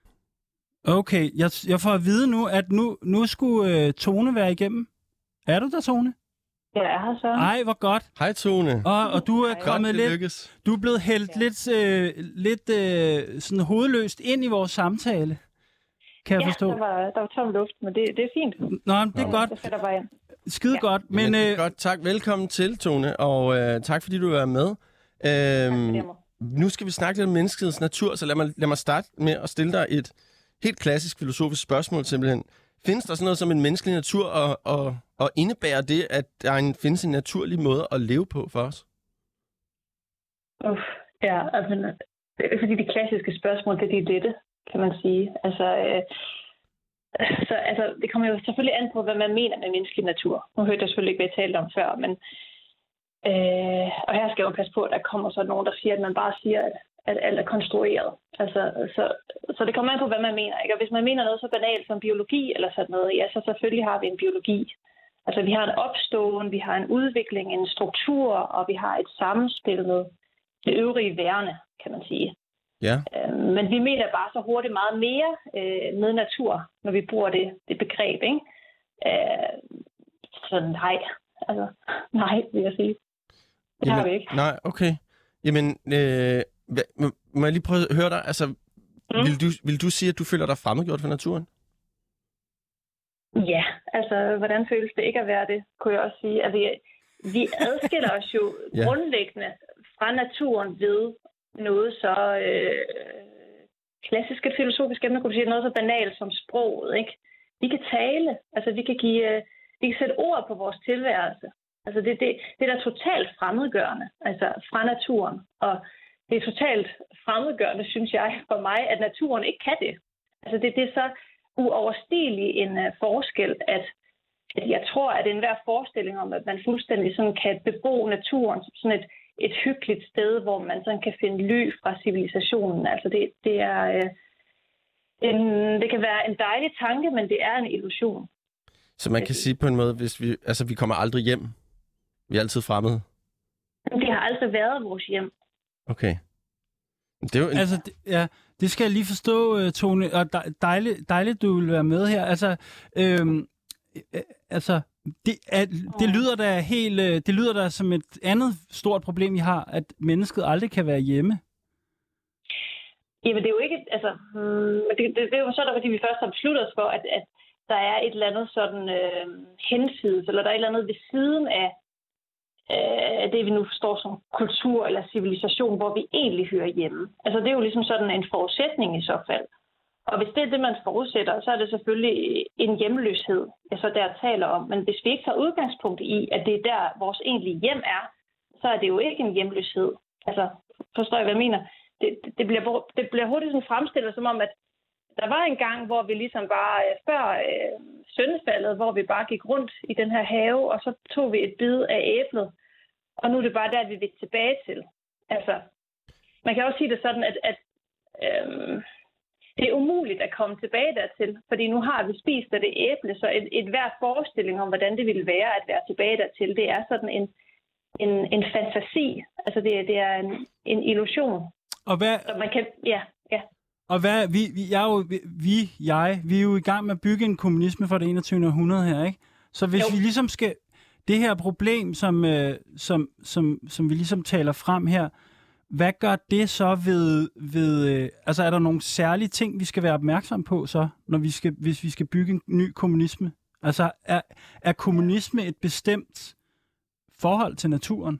Okay, jeg, jeg får at vide nu, at nu, nu skulle øh, Tone være igennem. Er du der, Tone? Jeg er her så. Ej, hvor godt. Hej, Tone. Og, og du er Godt, kommet det lidt, lykkes. du er blevet hældt Ja. lidt, øh, lidt øh, sådan hovedløst ind i vores samtale, kan jeg Ja, forstå. der var, der var tom luft, men det, det er fint. Nå, men det er Ja, godt. Jeg sætter bare ind. Skide Ja. godt. Men Men, det er øh, godt. Tak. Velkommen til, Tone, og øh, tak fordi du er med. Øhm, Tak for det, nu skal vi snakke lidt om menneskets natur, så lad mig, lad mig starte med at stille dig et helt klassisk filosofisk spørgsmål simpelthen. Findes der sådan noget som en menneskelig natur, og, og, og indebærer det, at der en, findes en naturlig måde at leve på for os? Uff, ja, altså, det er fordi de klassiske spørgsmål, det er de lette, kan man sige. Altså, øh, så, altså, det kommer jo selvfølgelig an på, hvad man mener med menneskelig natur. Nu hørte jeg selvfølgelig ikke, hvad jeg talte om før, men øh, og her skal jeg jo passe på, at der kommer så nogen, der siger, at man bare siger, at, at alt er konstrueret. Altså, så, så det kommer an på, hvad man mener. Ikke? Og hvis man mener noget så banalt som biologi eller sådan noget, ja, så selvfølgelig har vi en biologi. Altså, vi har en opståen, vi har en udvikling, en struktur, og vi har et samspil med det øvrige værende, kan man sige. Ja. Øh, men vi mener bare så hurtigt meget mere øh, med natur, når vi bruger det, det begreb, ikke? Øh, så nej, altså, nej, vil jeg sige. Det har vi ikke. Nej, okay. Jamen, øh, hvad, må, må jeg lige prøve at høre dig? Altså, mm. vil, du, vil du sige, at du føler dig fremmedgjort for naturen? Ja, altså, hvordan føles det ikke at være det, kunne jeg også sige. Altså, vi adskiller os jo Ja. grundlæggende fra naturen ved noget så øh, klassisk et filosofisk emne, kunne sige, noget så banalt som sproget, ikke? Vi kan tale, altså vi kan give, øh, vi kan sætte ord på vores tilværelse. Altså det, det, det er da totalt fremmedgørende, altså fra naturen. Og det er totalt fremmedgørende, synes jeg, for mig, at naturen ikke kan det. Altså det, det er så uoverstigelig en uh, forskel, at, at jeg tror, at enhver forestilling om, at man fuldstændig sådan kan bebo naturen som sådan et, et hyggeligt sted, hvor man sådan kan finde ly fra civilisationen. Altså det, det er uh, en, det kan være en dejlig tanke, men det er en illusion. Så man kan sige på en måde, hvis vi, altså vi kommer aldrig hjem. Vi er altid fremmede. Det har aldrig været vores hjem. Okay. Det er jo en... altså, det, ja, det skal jeg lige forstå, uh, Tone, og dej- dejligt, dejligt, du vil være med her. Altså, øhm, øh, altså det, er, det lyder da helt, øh, det lyder da som et andet stort problem, vi har, at mennesket aldrig kan være hjemme. Jamen det er jo ikke, altså, hmm, det, det, det er jo sådan, fordi vi først har besluttet os for, at, at der er et eller andet sådan øh, hensides, eller der er et eller andet ved siden af øh, det, vi nu forstår som kultur eller civilisation, hvor vi egentlig hører hjemme. Altså det er jo ligesom sådan en forudsætning i så fald. Og hvis det er det, man forudsætter, så er det selvfølgelig en hjemløshed, jeg så der taler om. Men hvis vi ikke tager udgangspunkt i, at det er der, vores egentlige hjem er, så er det jo ikke en hjemløshed. Altså, forstår jeg, hvad jeg mener? Det, det, bliver, det bliver hurtigt sådan fremstillet som om, at der var en gang, hvor vi ligesom bare før øh, syndefaldet, hvor vi bare gik rundt i den her have, og så tog vi et bid af æblet. Og nu er det bare der, vi vil tilbage til. Altså, man kan også sige det sådan, at, at øh, det er umuligt at komme tilbage dertil, fordi nu har vi spist af det æble, så et, et hver forestilling om, hvordan det ville være at være tilbage dertil, det er sådan en, en, en fantasi. Altså, det, det er en, en illusion. Og hvad, Så man kan, ja, ja. Og hvad, vi, vi, jeg er jo, vi, jeg, vi er jo i gang med at bygge en kommunisme for det enogtyvende århundrede her, ikke? Så hvis Jo. vi ligesom skal, det her problem, som, øh, som, som, som vi ligesom taler frem her, hvad gør det så ved, ved øh, altså er der nogle særlige ting, vi skal være opmærksom på så, når vi skal, hvis vi skal bygge en ny kommunisme? Altså er, er kommunisme et bestemt forhold til naturen?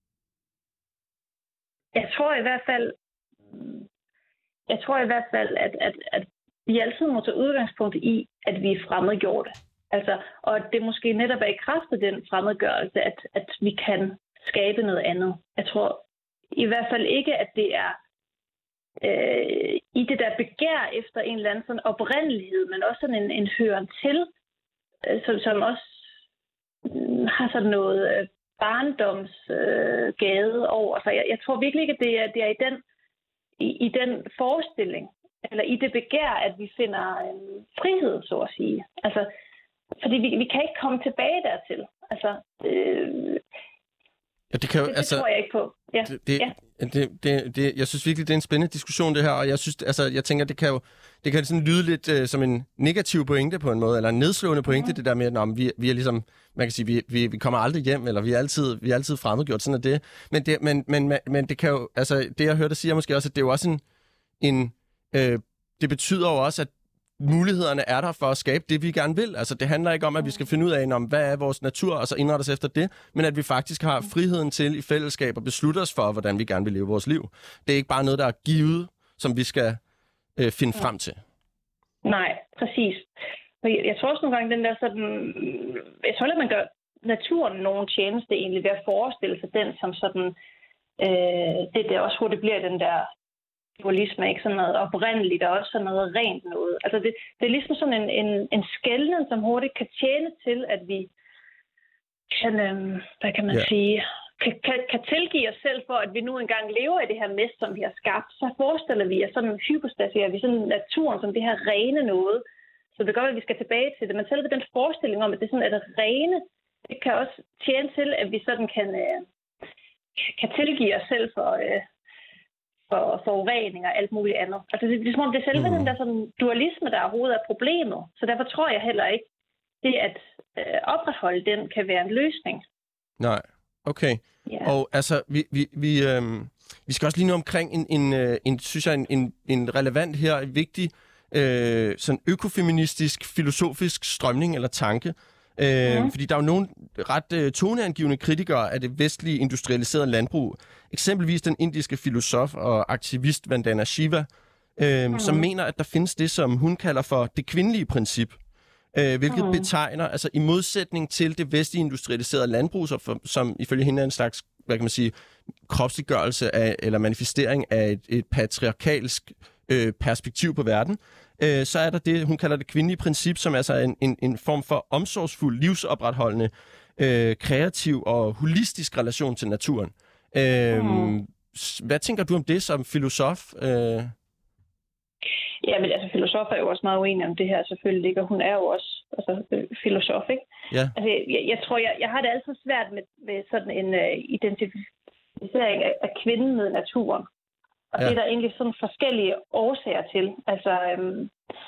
Jeg tror i hvert fald, jeg tror i hvert fald, at, at, at vi altid må tage udgangspunkt i, at vi er fremmedgjorte. Altså, og at det måske netop er i kraft af den fremmedgørelse, at, at vi kan skabe noget andet. Jeg tror i hvert fald ikke, at det er øh, i det der begær efter en eller anden sådan oprindelighed, men også sådan en, en høren til, øh, som, som også øh, har sådan noget øh, barndomsgade øh, over sig. Jeg, jeg tror virkelig ikke, at det er, det er i, den, i, i den forestilling, eller i det begær, at vi finder øh, frihed, så at sige. Altså, fordi vi, vi kan ikke komme tilbage dertil. Altså, øh, Ja, det, kan jo, det, det altså, tror jeg ikke på. Ja. Det, det, ja. Det, det, det, jeg synes virkelig, det er en spændende diskussion, det her, og jeg synes, altså, jeg tænker, det kan jo det kan sådan lyde lidt uh, som en negativ pointe på en måde, eller en nedslående pointe, mm-hmm. det der med, at vi, vi er ligesom, man kan sige, vi, vi, vi kommer aldrig hjem, eller vi er altid, vi er altid fremmedgjort, sådan er det. Men det, men, men, men det kan jo, altså, det jeg hørte dig sige måske også, at det er jo også en, en øh, det betyder jo også, at mulighederne er der for at skabe det, vi gerne vil. Altså, det handler ikke om, at vi skal finde ud af, om, hvad er vores natur, og så indrette os efter det, men at vi faktisk har friheden til i fællesskab at beslutte os for, hvordan vi gerne vil leve vores liv. Det er ikke bare noget, der er givet, som vi skal øh, finde ja. frem til. Nej, præcis. Jeg, jeg tror også nogle gange, den der sådan... Jeg tror, at man gør naturen nogen tjeneste egentlig ved at forestille sig den som sådan... Øh, det der også, hvor det bliver den der dualisme, ikke sådan noget oprindeligt, og også sådan noget rent noget. Altså det, det er ligesom sådan en, en, en skelnen, som hurtigt kan tjene til, at vi kan, øhm, hvad kan man yeah. sige, kan, kan, kan tilgive os selv for, at vi nu engang lever i det her mest, som vi har skabt. Så forestiller vi os sådan hypostasier, vi sådan naturen som det her rene noget. Så det gør, at vi skal tilbage til det. Men selv den forestilling om, at det sådan er det rene, det kan også tjene til, at vi sådan kan, øh, kan tilgive os selv for... Øh, for forurening og alt muligt andet. Altså det, det er som om, det er selve mm. den der sådan dualisme, der overhovedet er problemet. Så derfor tror jeg heller ikke, det at øh, opretholde den kan være en løsning. Nej, okay. Yeah. Og altså, vi, vi, vi, øh, vi skal også lige nu omkring en, en, en synes jeg, en, en, en relevant her, en vigtig øh, sådan økofeministisk, filosofisk strømning eller tanke. Øh, mm. Fordi der er jo nogle ret øh, toneangivende kritikere af det vestlige industrialiserede landbrug. Eksempelvis den indiske filosof og aktivist Vandana Shiva, øh, mm. som mener, at der findes det, som hun kalder for det kvindelige princip. Øh, hvilket mm. betegner, altså i modsætning til det vestlige industrialiserede landbrug, som, for, som ifølge hende er en slags, hvad kan man sige, kropsliggørelse af, eller manifestering af et, et patriarkalsk øh, perspektiv på verden, øh, så er der det, hun kalder det kvindelige princip, som er altså en, en, en form for omsorgsfuld, livsopretholdende, øh, kreativ og holistisk relation til naturen. Øh, mm. Hvad tænker du om det som filosof? Øh? Ja, men altså, filosofer er jo også meget uenige om det her, selvfølgelig ikke, og hun er jo også altså, filosof, ikke? Ja. Altså, jeg, jeg tror, jeg, jeg har det altid svært med, med sådan en uh, identificering af, af kvinden med naturen. Og ja. det er der egentlig sådan forskellige årsager til. Altså, øhm,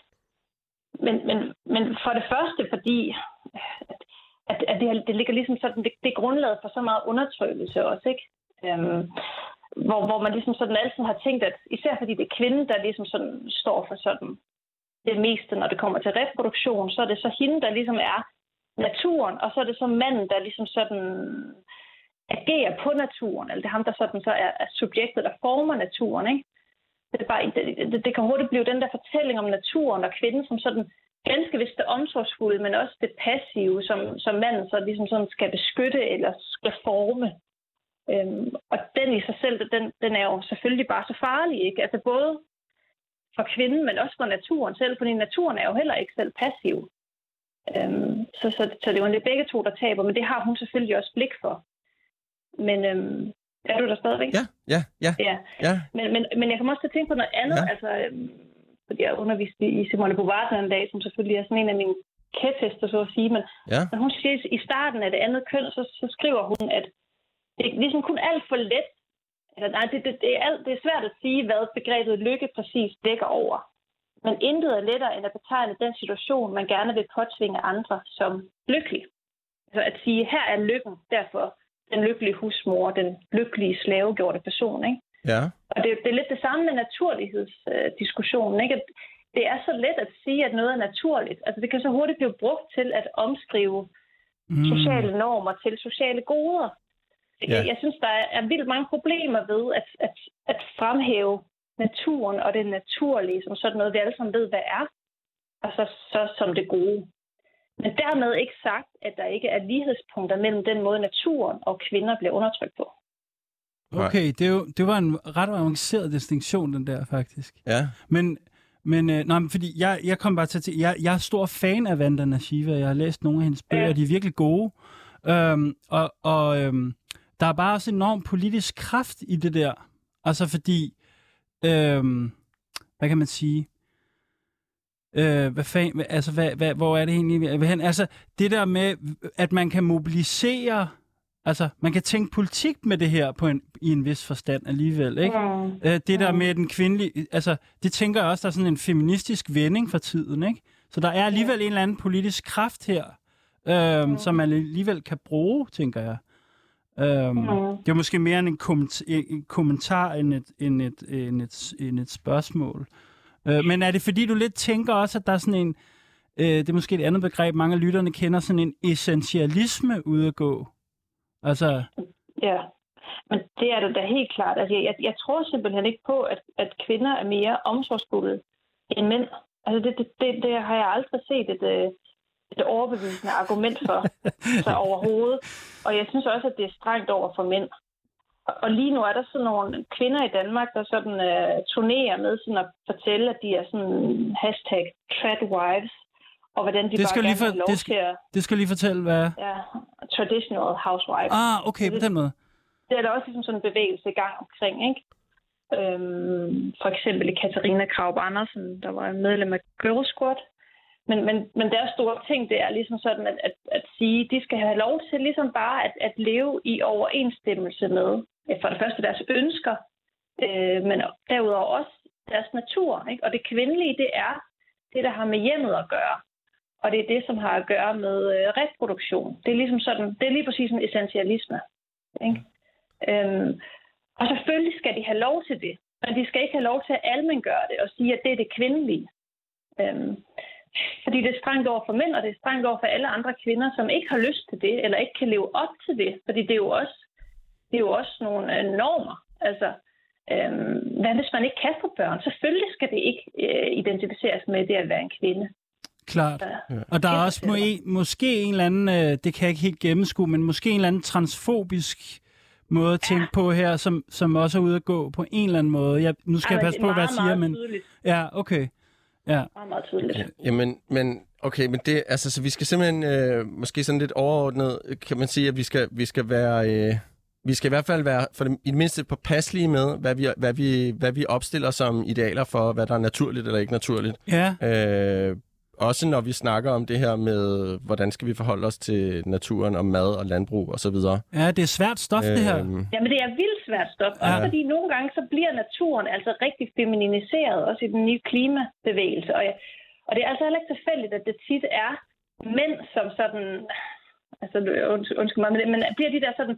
men, men, men for det første, fordi at, at, at det, det ligger ligesom sådan, det, det er grundlaget for så meget undertrykkelse også, ikke? Øhm, Hvor, hvor man ligesom sådan altid har tænkt, at især fordi det er kvinden, der ligesom sådan står for sådan det meste, når det kommer til reproduktion, så er det så hende, der ligesom er naturen, og så er det så manden, der ligesom sådan agerer på naturen, eller det er ham, der sådan så er, er subjektet, der former naturen, ikke? Det, er bare, det, det, det kan hurtigt blive den der fortælling om naturen og kvinden som sådan ganske vist det omsorgsfulde, men også det passive, som, som manden så ligesom sådan skal beskytte eller skal forme. Øhm, og den i sig selv, den, den er jo selvfølgelig bare så farlig, ikke? Altså både for kvinden, men også for naturen selv, fordi naturen er jo heller ikke selv passiv. Øhm, så, så, så det er jo begge to, der taber, men det har hun selvfølgelig også blik for. Men øhm, er du der stadigvæk? Ja, ja, ja. ja. ja. Men, men, men jeg kan også tænke på noget andet, ja. altså, øhm, fordi jeg underviste i Simone Beauvoir den dag, som selvfølgelig er sådan en af mine kæphester, så at sige, men ja. når hun siger i starten af det andet køn, så, så skriver hun, at det er ligesom kun alt for let. Eller, nej, det, det, det, er alt, det er svært at sige, hvad begrebet lykke præcis dækker over. Men intet er lettere end at betegne den situation, man gerne vil påtvinge andre som lykkelig. Altså at sige, her er lykken, derfor den lykkelige husmor, den lykkelige slavegjorte person. Ikke? Ja. Og det, det er lidt det samme med naturlighedsdiskussionen. Ikke? At det er så let at sige, at noget er naturligt. Altså det kan så hurtigt blive brugt til at omskrive mm. sociale normer til sociale goder. Ja. Jeg synes, der er vildt mange problemer ved at, at, at fremhæve naturen og det naturlige som sådan noget, vi alle sammen ved, hvad er, og så, så som det gode. Men dermed ikke sagt, at der ikke er lighedspunkter mellem den måde, naturen og kvinder bliver undertrykt på. Okay, det, er jo, det var en ret avanceret distinktion, den der faktisk. Ja. Men, men, øh, nej, fordi jeg, jeg kom bare til, jeg, jeg er stor fan af Vandana Shiva. Jeg har læst nogle af hendes bøger, ja. De er virkelig gode. Øhm, og og øhm, der er bare også enorm politisk kraft i det der. Altså fordi, øhm, hvad kan man sige? Øh, hvad fanden, altså hvad, hvad, hvor er det egentlig? Altså det der med, at man kan mobilisere, Altså, man kan tænke politik med det her på en, i en vis forstand alligevel, ikke? Mm. Øh, det der med den kvindelige... Altså, det tænker jeg også, der er sådan en feministisk vending for tiden, ikke? Så der er alligevel mm. en eller anden politisk kraft her, øhm, mm. som man alligevel kan bruge, tænker jeg. Øhm, mm. Det er måske mere en kommentar, en kommentar end, et, end, et, end, et, end et spørgsmål. Øh, men er det fordi, du lidt tænker også, at der er sådan en... Øh, det er måske et andet begreb, mange af lytterne kender, sådan en essentialisme ude at gå? Altså... Ja, men det er det da helt klart. Altså, jeg, jeg tror simpelthen ikke på, at, at kvinder er mere omsorgsfulde end mænd. Altså, det, det, det, det har jeg aldrig set et, et overbevisende argument for så overhovedet. Og jeg synes også, at det er strengt over for mænd. Og, og lige nu er der sådan nogle kvinder i Danmark, der sådan uh, turnerer med sådan at fortælle, at de er sådan hashtag tradwives. Og hvordan de det bare gerne for, har lov det skal, til at... Det skal lige fortælle, hvad... Ja, traditional housewife. Ah, okay, på den måde. Det er der også ligesom sådan en bevægelse i gang omkring, ikke? Øhm, for eksempel Katarina Kraup Andersen, der var medlem af Girl Squad. Men, men, men deres store ting, det er ligesom sådan at, at, at sige, de skal have lov til ligesom bare at, at leve i overensstemmelse med, for det første deres ønsker, øh, men derudover også deres natur, ikke? Og det kvindelige, det er det, der har med hjemmet at gøre. Og det er det, som har at gøre med øh, reproduktion. Det er ligesom sådan, det er lige præcis en essentialisme. Ikke? Øhm, og selvfølgelig skal de have lov til det, men de skal ikke have lov til at almengøre det og sige, at det er det kvindelige. Øhm, fordi det er strengt over for mænd, og det er strengt over for alle andre kvinder, som ikke har lyst til det, eller ikke kan leve op til det. Fordi det er jo også, det er jo også nogle øh, normer. Altså, øhm, hvad hvis man ikke kan få børn? Selvfølgelig skal det ikke øh, identificeres med det at være en kvinde. Klart. Og der er også må, måske en eller anden, øh, det kan jeg ikke helt gennemskue, men måske en eller anden transfobisk måde at tænke ja. på her, som, som også er ude at gå på en eller anden måde. Jeg, nu skal ja, jeg passe på, meget, hvad jeg siger, men... Tydeligt. Ja, okay. Ja. Meget, meget tydeligt. Ja, jamen, men okay, men det, altså, så vi skal simpelthen, øh, måske sådan lidt overordnet, kan man sige, at vi skal, vi skal være... Øh, vi skal i hvert fald være for det, i det mindste påpasselige med, hvad vi, hvad, vi, hvad vi opstiller som idealer for, hvad der er naturligt eller ikke naturligt. Ja. Øh, Også når vi snakker om det her med, hvordan skal vi forholde os til naturen og mad og landbrug og så videre. Ja, det er svært stof, øhm... det her. Jamen, det er vildt svært stof. Ja. Også fordi nogle gange, så bliver naturen altså rigtig femininiseret, også i den nye klimabevægelse. Og, og det er altså heller ikke tilfældigt, at det tit er mænd, som sådan... Altså, undskyld mig, men bliver de der sådan...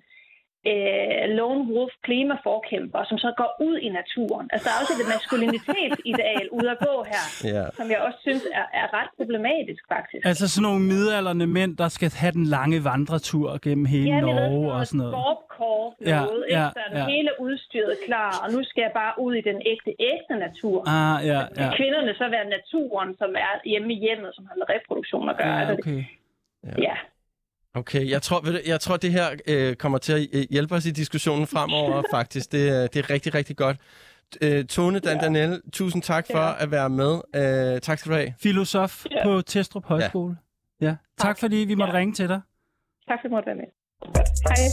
Øh, lone wolf klimaforkæmper, som så går ud i naturen. Altså, der er også et maskulinitetsideal ude at gå her, yeah. som jeg også synes er, er ret problematisk, faktisk. Altså sådan nogle midaldrende mænd, der skal have den lange vandretur gennem hele ja, Norge ved, og sådan noget. Sportkort ja, noget, ja, ikke? Ja. Hele udstyret klar, og nu skal jeg bare ud i den ægte, ægte natur. Ah, ja, ja. Kvinderne så være naturen, som er hjemme i hjemmet, som har med reproduktion at gøre. Ja, okay. Altså, ja. Okay, jeg tror, jeg tror det her øh, kommer til at hjælpe os i diskussionen fremover, faktisk. Det, det er rigtig, rigtig godt. Øh, Tone Dandanel, ja. tusind tak for ja. at være med. Øh, tak skal du have. Filosof ja. på Testrup Højskole. Ja. Ja. Tak, tak fordi vi måtte ja. ringe til dig. Tak fordi du måtte være med. Hej.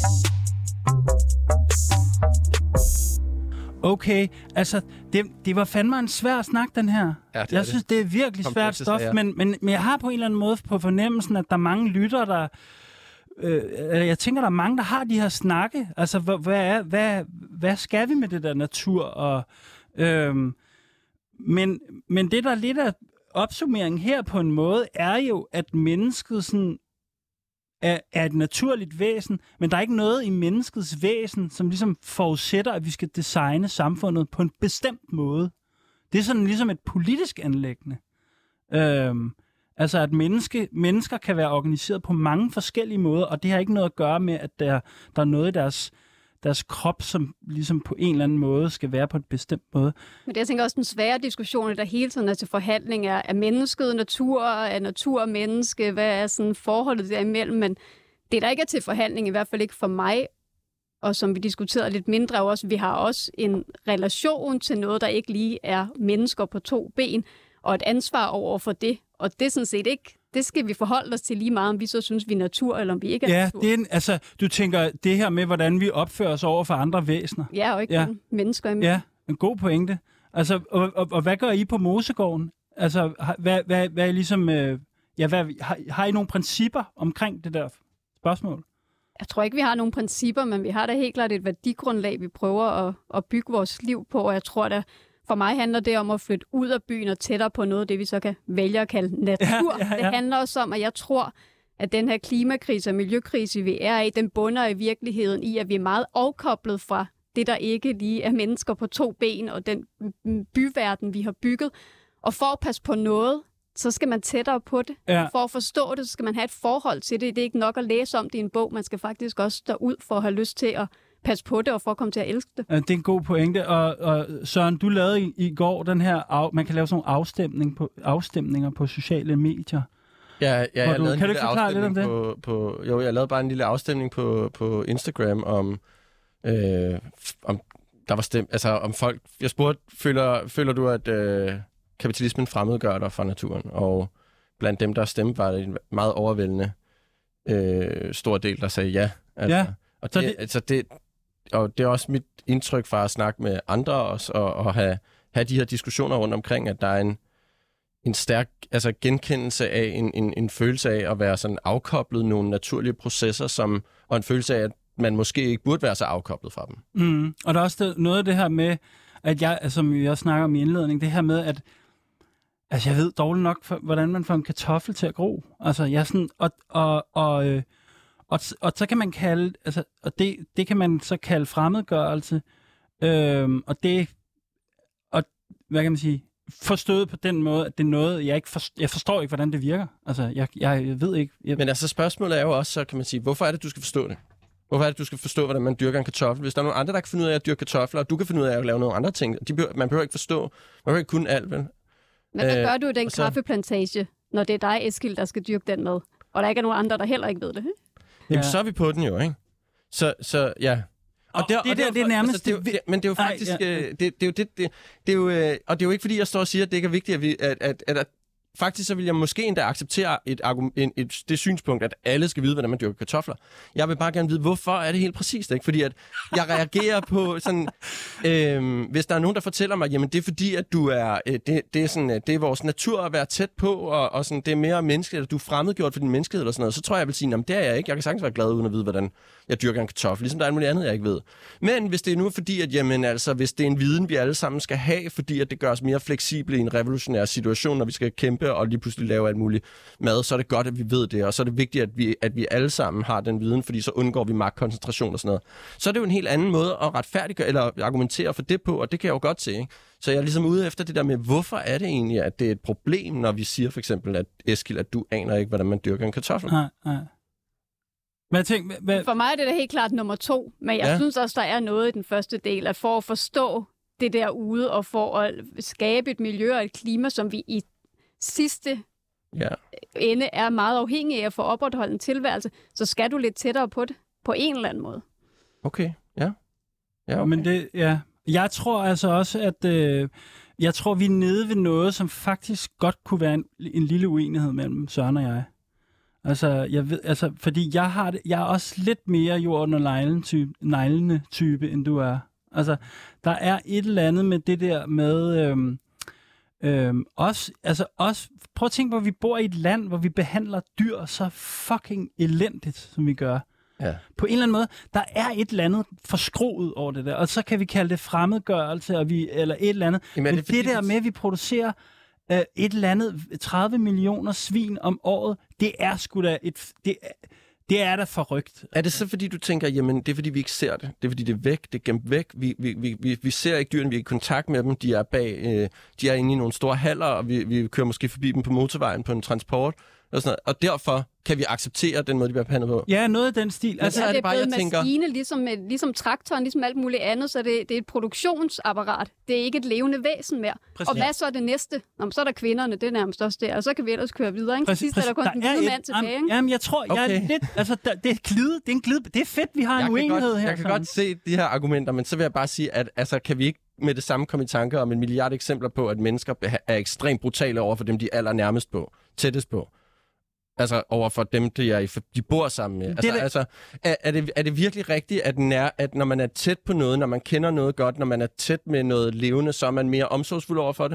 Okay, altså, det, det var fandme en svær snak, den her. Ja, jeg synes, det. det er virkelig svært stof, ja. men, men, men jeg har på en eller anden måde på fornemmelsen, at der er mange lytter, der... Øh, jeg tænker, der er mange, der har de her snakke. Altså, hvad, hvad, er, hvad, hvad skal vi med det der natur? Og, øh, men, men det, der er lidt af opsummering her på en måde, er jo, at mennesket sådan... Er, er et naturligt væsen, men der er ikke noget i menneskets væsen, som ligesom forudsætter, at vi skal designe samfundet på en bestemt måde. Det er sådan ligesom et politisk anliggende. Øhm, altså at menneske, mennesker kan være organiseret på mange forskellige måder, og det har ikke noget at gøre med, at der, der er noget i deres, deres krop, som ligesom på en eller anden måde skal være på en bestemt måde. Men det jeg tænker også den svære diskussion, der hele tiden er til forhandling, er, er mennesket natur, er natur menneske, hvad er sådan forholdet derimellem, men det der ikke er til forhandling, i hvert fald ikke for mig, og som vi diskuterede lidt mindre også, vi har også en relation til noget, der ikke lige er mennesker på to ben, og et ansvar over for det, og det er sådan set ikke det skal vi forholde os til lige meget, om vi så synes, vi er natur, eller om vi ikke er ja, natur. Ja, altså, du tænker det her med, hvordan vi opfører os over for andre væsener. Ja, og ikke ja. mennesker imellem. Ja, en god pointe. Altså, og, og, og hvad gør I på Mosegården? Altså, hvad, hvad, hvad er ligesom... Øh, ja, hvad, har, har I nogle principper omkring det der spørgsmål? Jeg tror ikke, vi har nogen principper, men vi har da helt klart et værdigrundlag, vi prøver at, at bygge vores liv på, og jeg tror da, for mig handler det om at flytte ud af byen og tættere på noget, det vi så kan vælge at kalde natur. Ja, ja, ja. Det handler også om, at jeg tror, at den her klimakrise og miljøkrise, vi er i, den bunder i virkeligheden i, at vi er meget afkoblet fra det, der ikke lige er mennesker på to ben, og den byverden, vi har bygget. Og for at passe på noget, så skal man tættere på det. Ja. For at forstå det, så skal man have et forhold til det. Det er ikke nok at læse om det i en bog. Man skal faktisk også derud for at have lyst til at passe på det, og for at komme til at elske det. Ja, det er en god pointe. Og, og Søren, du lavede i, i går den her, af, man kan lave sådan nogle afstemning på, afstemninger på sociale medier. Ja, ja jeg du, lavede kan du ikke forklare lidt om det? På, på, jo, jeg lavede bare en lille afstemning på, på Instagram om, øh, om der var stemt, altså om folk. Jeg spurgte, føler, føler du, at øh, kapitalismen fremmedgør dig fra naturen? Og blandt dem, der stemte, var det en meget overvældende øh, stor del, der sagde ja. Altså, ja. Og det, det... Altså det, og det er også mit indtryk fra at snakke med andre også, og, og have, have de her diskussioner rundt omkring, at der er en en stærk altså genkendelse af en, en, en følelse af at være sådan afkoblet nogle naturlige processer, som, og en følelse af, at man måske ikke burde være så afkoblet fra dem. Mm. Og der er også det, noget af det her med, at jeg, som vi også snakker om i indledning, det her med, at altså jeg ved dårligt nok, for, hvordan man får en kartoffel til at gro. Altså jeg sådan, og, og, og, øh, og, og så kan man kalde, altså, og det, det kan man så kalde fremmedgørelse, øhm, og det, og hvad kan man sige, forstået på den måde, at det er noget, jeg ikke forstår, jeg forstår ikke, hvordan det virker. Altså, jeg, jeg, jeg ved ikke. Jeg... Men altså, spørgsmålet er jo også, så kan man sige, hvorfor er det, du skal forstå det? Hvorfor er det, du skal forstå, hvordan man dyrker en kartoffel? Hvis der er nogen andre, der kan finde ud af at dyrke kartofler, og du kan finde ud af at lave nogle andre ting, de behøver, man behøver ikke forstå, man behøver ikke kun alt, vel? Men hvad gør du i den så... kaffeplantage, når det er dig, Eskild, der skal dyrke den med? Og der ikke er nogen andre, der heller ikke ved det, he? Jamen, ja. Så er vi på den jo, ikke? Så, så ja... Og, og det, det, og det, der, det er nærmest... Altså, det, det, men det er jo faktisk... Ej, ja. det, det er jo det, det, det er jo, øh, og det er jo ikke, fordi jeg står og siger, at det ikke er vigtigt, at vi... At, at, at, at faktisk så vil jeg måske endda acceptere et, et, et, det synspunkt, at alle skal vide, hvordan man dyrker kartofler. Jeg vil bare gerne vide, hvorfor er det helt præcist, ikke? Fordi at jeg reagerer på sådan... Øh, hvis der er nogen, der fortæller mig, jamen det er fordi, at du er... Øh, det, det, er sådan, det er vores natur at være tæt på, og, og sådan, det er mere menneskeligt, at du er fremmedgjort for din menneskelighed eller sådan noget, så tror jeg, jeg vil sige, jamen det er jeg ikke. Jeg kan sagtens være glad uden at vide, hvordan jeg dyrker en kartoffel, ligesom der er alt muligt andet, jeg ikke ved. Men hvis det er nu fordi, at jamen, altså, hvis det er en viden, vi alle sammen skal have, fordi at det gør os mere fleksible i en revolutionær situation, når vi skal kæmpe og lige pludselig lave alt muligt mad, så er det godt, at vi ved det, og så er det vigtigt, at vi, at vi alle sammen har den viden, fordi så undgår vi magtkoncentration og sådan noget. Så er det jo en helt anden måde at retfærdiggøre eller argumentere for det på, og det kan jeg jo godt se, ikke? Så jeg er ligesom ude efter det der med, hvorfor er det egentlig, at det er et problem, når vi siger for eksempel, at Eskild, at du aner ikke, hvordan man dyrker en kartoffel? Nej, nej. Hvad tænker, hvad... For mig er det da helt klart nummer to, men jeg ja. synes også, der er noget i den første del, at for at forstå det derude, og for at skabe et miljø og et klima, som vi i sidste ja. ende er meget afhængige af at få opretholdt en tilværelse, så skal du lidt tættere på det, på en eller anden måde. Okay, ja. Ja, okay. Men det, ja. Jeg tror altså også, at øh, jeg tror, vi er nede ved noget, som faktisk godt kunne være en, en lille uenighed mellem Søren og jeg. Altså, jeg ved, altså, fordi jeg har det, jeg er også lidt mere jorden og neglene type, neglene type, end du er. Altså, der er et eller andet med det der med øhm, øhm, også, altså også, prøv at tænke på, at vi bor i et land, hvor vi behandler dyr så fucking elendigt, som vi gør. Ja. På en eller anden måde, der er et eller andet forskroet over det der, og så kan vi kalde det fremmedgørelse, og vi, eller et eller andet. Jamen, men det, det der med, at vi producerer øh, et eller andet tredive millioner svin om året, det er sgu da et... Det, det er da forrygt. Er det så, fordi du tænker, jamen, det er, fordi vi ikke ser det? Det er, fordi det er væk, det er gemt væk. Vi, vi, vi, vi ser ikke dyrene, vi er i kontakt med dem. De er bag, øh, de er inde i nogle store haller, og vi, vi kører måske forbi dem på motorvejen på en transport. Og, sådan noget. Og derfor kan vi acceptere den måde, de bliver behandlet på. Ja, noget af den stil. Altså, er det, det bare, jeg tænker... maskine, ligesom, med, ligesom traktoren, ligesom alt muligt andet, så det, det er et produktionsapparat. Det er ikke et levende væsen mere. Præcis. Og hvad så er det næste? Nå, så er der kvinderne, det er nærmest også der, og så kan vi ellers køre videre. Ikke? Præcis, sidst præcis. Er der kun der den hvide mand tilbage. Ikke? Jamen, jeg tror, okay. jeg er lidt... Altså, der, det er glide, det er en glide. Det er fedt, vi har jeg en uenighed godt, her. Jeg kan sådan. godt se de her argumenter, men så vil jeg bare sige, at altså, kan vi ikke med det samme komme i tanker om en milliard eksempler på, at mennesker er ekstremt brutale over for dem, de er allernærmest på, tættest på. Altså over for dem, de, er i, de bor sammen med. Altså, det, altså, er, er, det, er det virkelig rigtigt, at, nær, at når man er tæt på noget, når man kender noget godt, når man er tæt med noget levende, så er man mere omsorgsfuld over for det?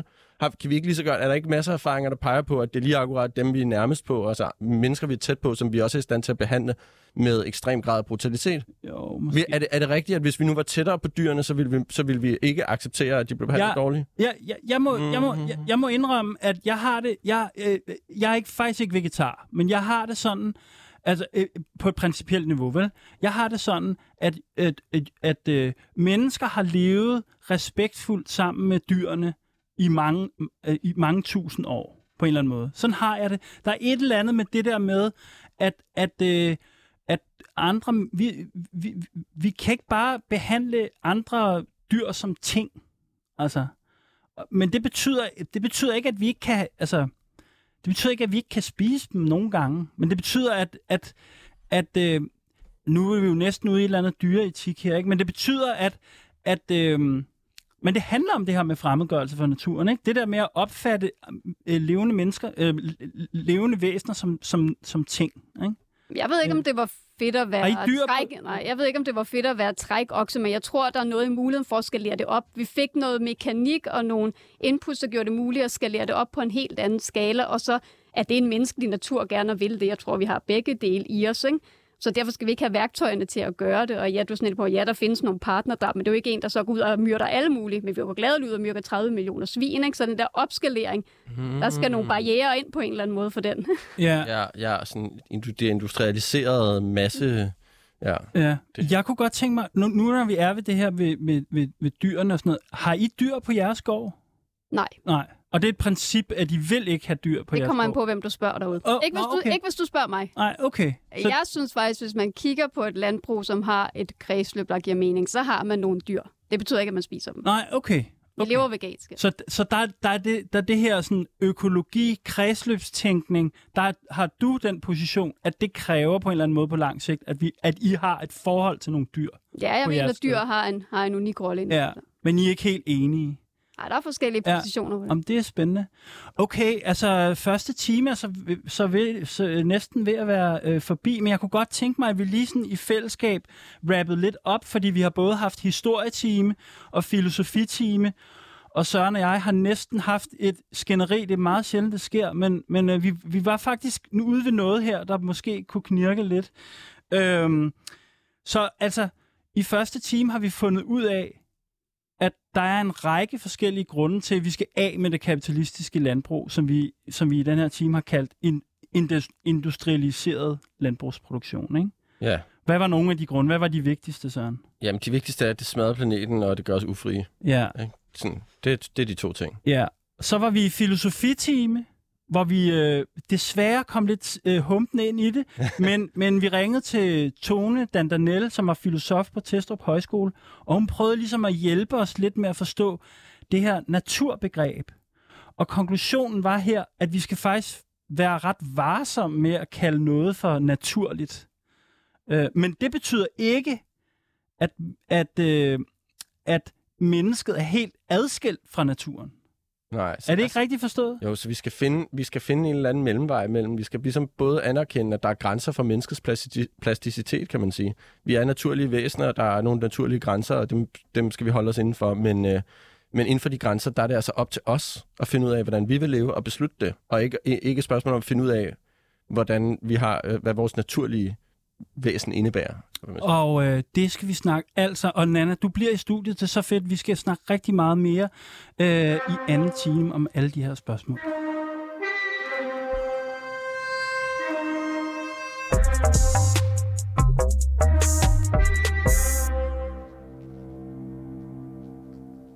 har, kan vi ikke lige så godt, er der ikke masser af erfaringer, der peger på, at det er lige akkurat dem, vi er nærmest på, altså mennesker, vi er tæt på, som vi også er i stand til at behandle med ekstrem grad af brutalitet? Jo, vi, er, det, er det rigtigt, at hvis vi nu var tættere på dyrene, så ville vi, så ville vi ikke acceptere, at de blev behandlet ja, dårligt? Ja, jeg, jeg, må, mm-hmm. jeg, må, jeg, jeg må indrømme, at jeg har det, jeg, øh, jeg er ikke, faktisk ikke vegetar, men jeg har det sådan, altså øh, på et principielt niveau, vel? Jeg har det sådan, at, at, at, at øh, mennesker har levet respektfuldt sammen med dyrene i mange, øh, i mange tusind år, på en eller anden måde. Sådan har jeg det. Der er et eller andet med det der med, at, at, øh, at andre, vi, vi, vi kan ikke bare behandle andre dyr som ting. Altså, men det betyder, det betyder ikke, at vi ikke kan, altså, det betyder ikke, at vi ikke kan spise dem nogle gange, men det betyder, at, at, at øh, nu er vi jo næsten ude i et eller andet dyreetik her, ikke? Men det betyder, at, at øh, men det handler om det her med fremmedgørelse for naturen, ikke? Det der med at opfatte øh, levende mennesker, øh, levende væsener som, som, som ting, ikke? Jeg ved ikke, om det var fedt at være træk... på... Nej, jeg ved ikke, om det var fedt at være trækokse, men jeg tror, der er noget i muligheden for at skalere det op. Vi fik noget mekanik og nogle inputs, der gjorde det muligt at skalere det op på en helt anden skala, og så er det en menneskelig natur gerne vil det. Jeg tror, vi har begge dele i os, ikke? Så derfor skal vi ikke have værktøjerne til at gøre det. Og ja, du er sådan på, ja, der findes nogle partner der, men det er jo ikke en, der så går ud og myrder alle mulige. Men vi er jo glade ud og myrder tredive millioner svin, ikke? Så den der opskalering, mm. der skal nogle barrierer ind på en eller anden måde for den. Ja, ja, ja sådan det industrialiserede masse... Ja. ja. Jeg kunne godt tænke mig, nu, nu når vi er ved det her ved, ved, ved, ved dyrene og sådan noget, har I dyr på jeres skov? Nej. Nej. Og det er et princip, at de vil ikke have dyr på det jeres kommer skov? an på, hvem du spørger derude. Oh, ikke, hvis okay. du, ikke hvis du spørger mig. Nej, okay. Så... Jeg synes faktisk, hvis man kigger på et landbrug, som har et kredsløb, der giver mening, så har man nogle dyr. Det betyder ikke, at man spiser dem. Nej, okay. okay. Vi lever vegansk. Så, så der, der, er det, der er det her sådan økologi, kredsløbstænkning, der har du den position, at det kræver på en eller anden måde på lang sigt, at, vi, at I har et forhold til nogle dyr. Ja, jeg mener, at dyr har en, har en unik rolle. Ja, men I er ikke helt enige. Nej, der er forskellige ja, positioner på det. Om det er spændende. Okay, altså første time er så, så, ved, så næsten ved at være øh, forbi, men jeg kunne godt tænke mig, at vi lige sådan i fællesskab rappede lidt op, fordi vi har både haft historietime og filosofitime, og Søren og jeg har næsten haft et skænderi. Det er meget sjældent, det sker, men, men øh, vi, vi var faktisk nu ude ved noget her, der måske kunne knirke lidt. Øhm, så altså, i første time har vi fundet ud af, at der er en række forskellige grunde til, at vi skal af med det kapitalistiske landbrug, som vi, som vi i den her time har kaldt en industrialiseret landbrugsproduktion, ikke? Ja. Hvad var nogle af de grunde? Hvad var de vigtigste, Søren? Jamen, de vigtigste er, at det smadrer planeten, og det gør os ufrie. Ja. Sådan, det, det er de to ting. Ja. Så var vi i filosofitime, hvor vi øh, desværre kom lidt øh, humpen ind i det, men, men vi ringede til Tone Dandanel, som var filosof på Testrup Højskole, og hun prøvede ligesom at hjælpe os lidt med at forstå det her naturbegreb. Og konklusionen var her, at vi skal faktisk være ret varsomme med at kalde noget for naturligt. Øh, men det betyder ikke, at, at, øh, at mennesket er helt adskilt fra naturen. Nej, er det ikke rigtigt forstået? Jo, så vi skal finde vi skal finde en eller anden mellemvej mellem. Vi skal ligesom både anerkende, at der er grænser for menneskets plasticitet, kan man sige. Vi er naturlige væsener, der er nogle naturlige grænser, og dem, dem skal vi holde os indenfor. Men, øh, men inden for de grænser, der er det altså op til os at finde ud af, hvordan vi vil leve og beslutte det. Og ikke, ikke et spørgsmål om at finde ud af, hvordan vi har, øh, hvad vores naturlige væsen indebærer. Og øh, det skal vi snakke altså. Og Nana, du bliver i studiet til så fedt. Vi skal snakke rigtig meget mere øh, i anden time om alle de her spørgsmål.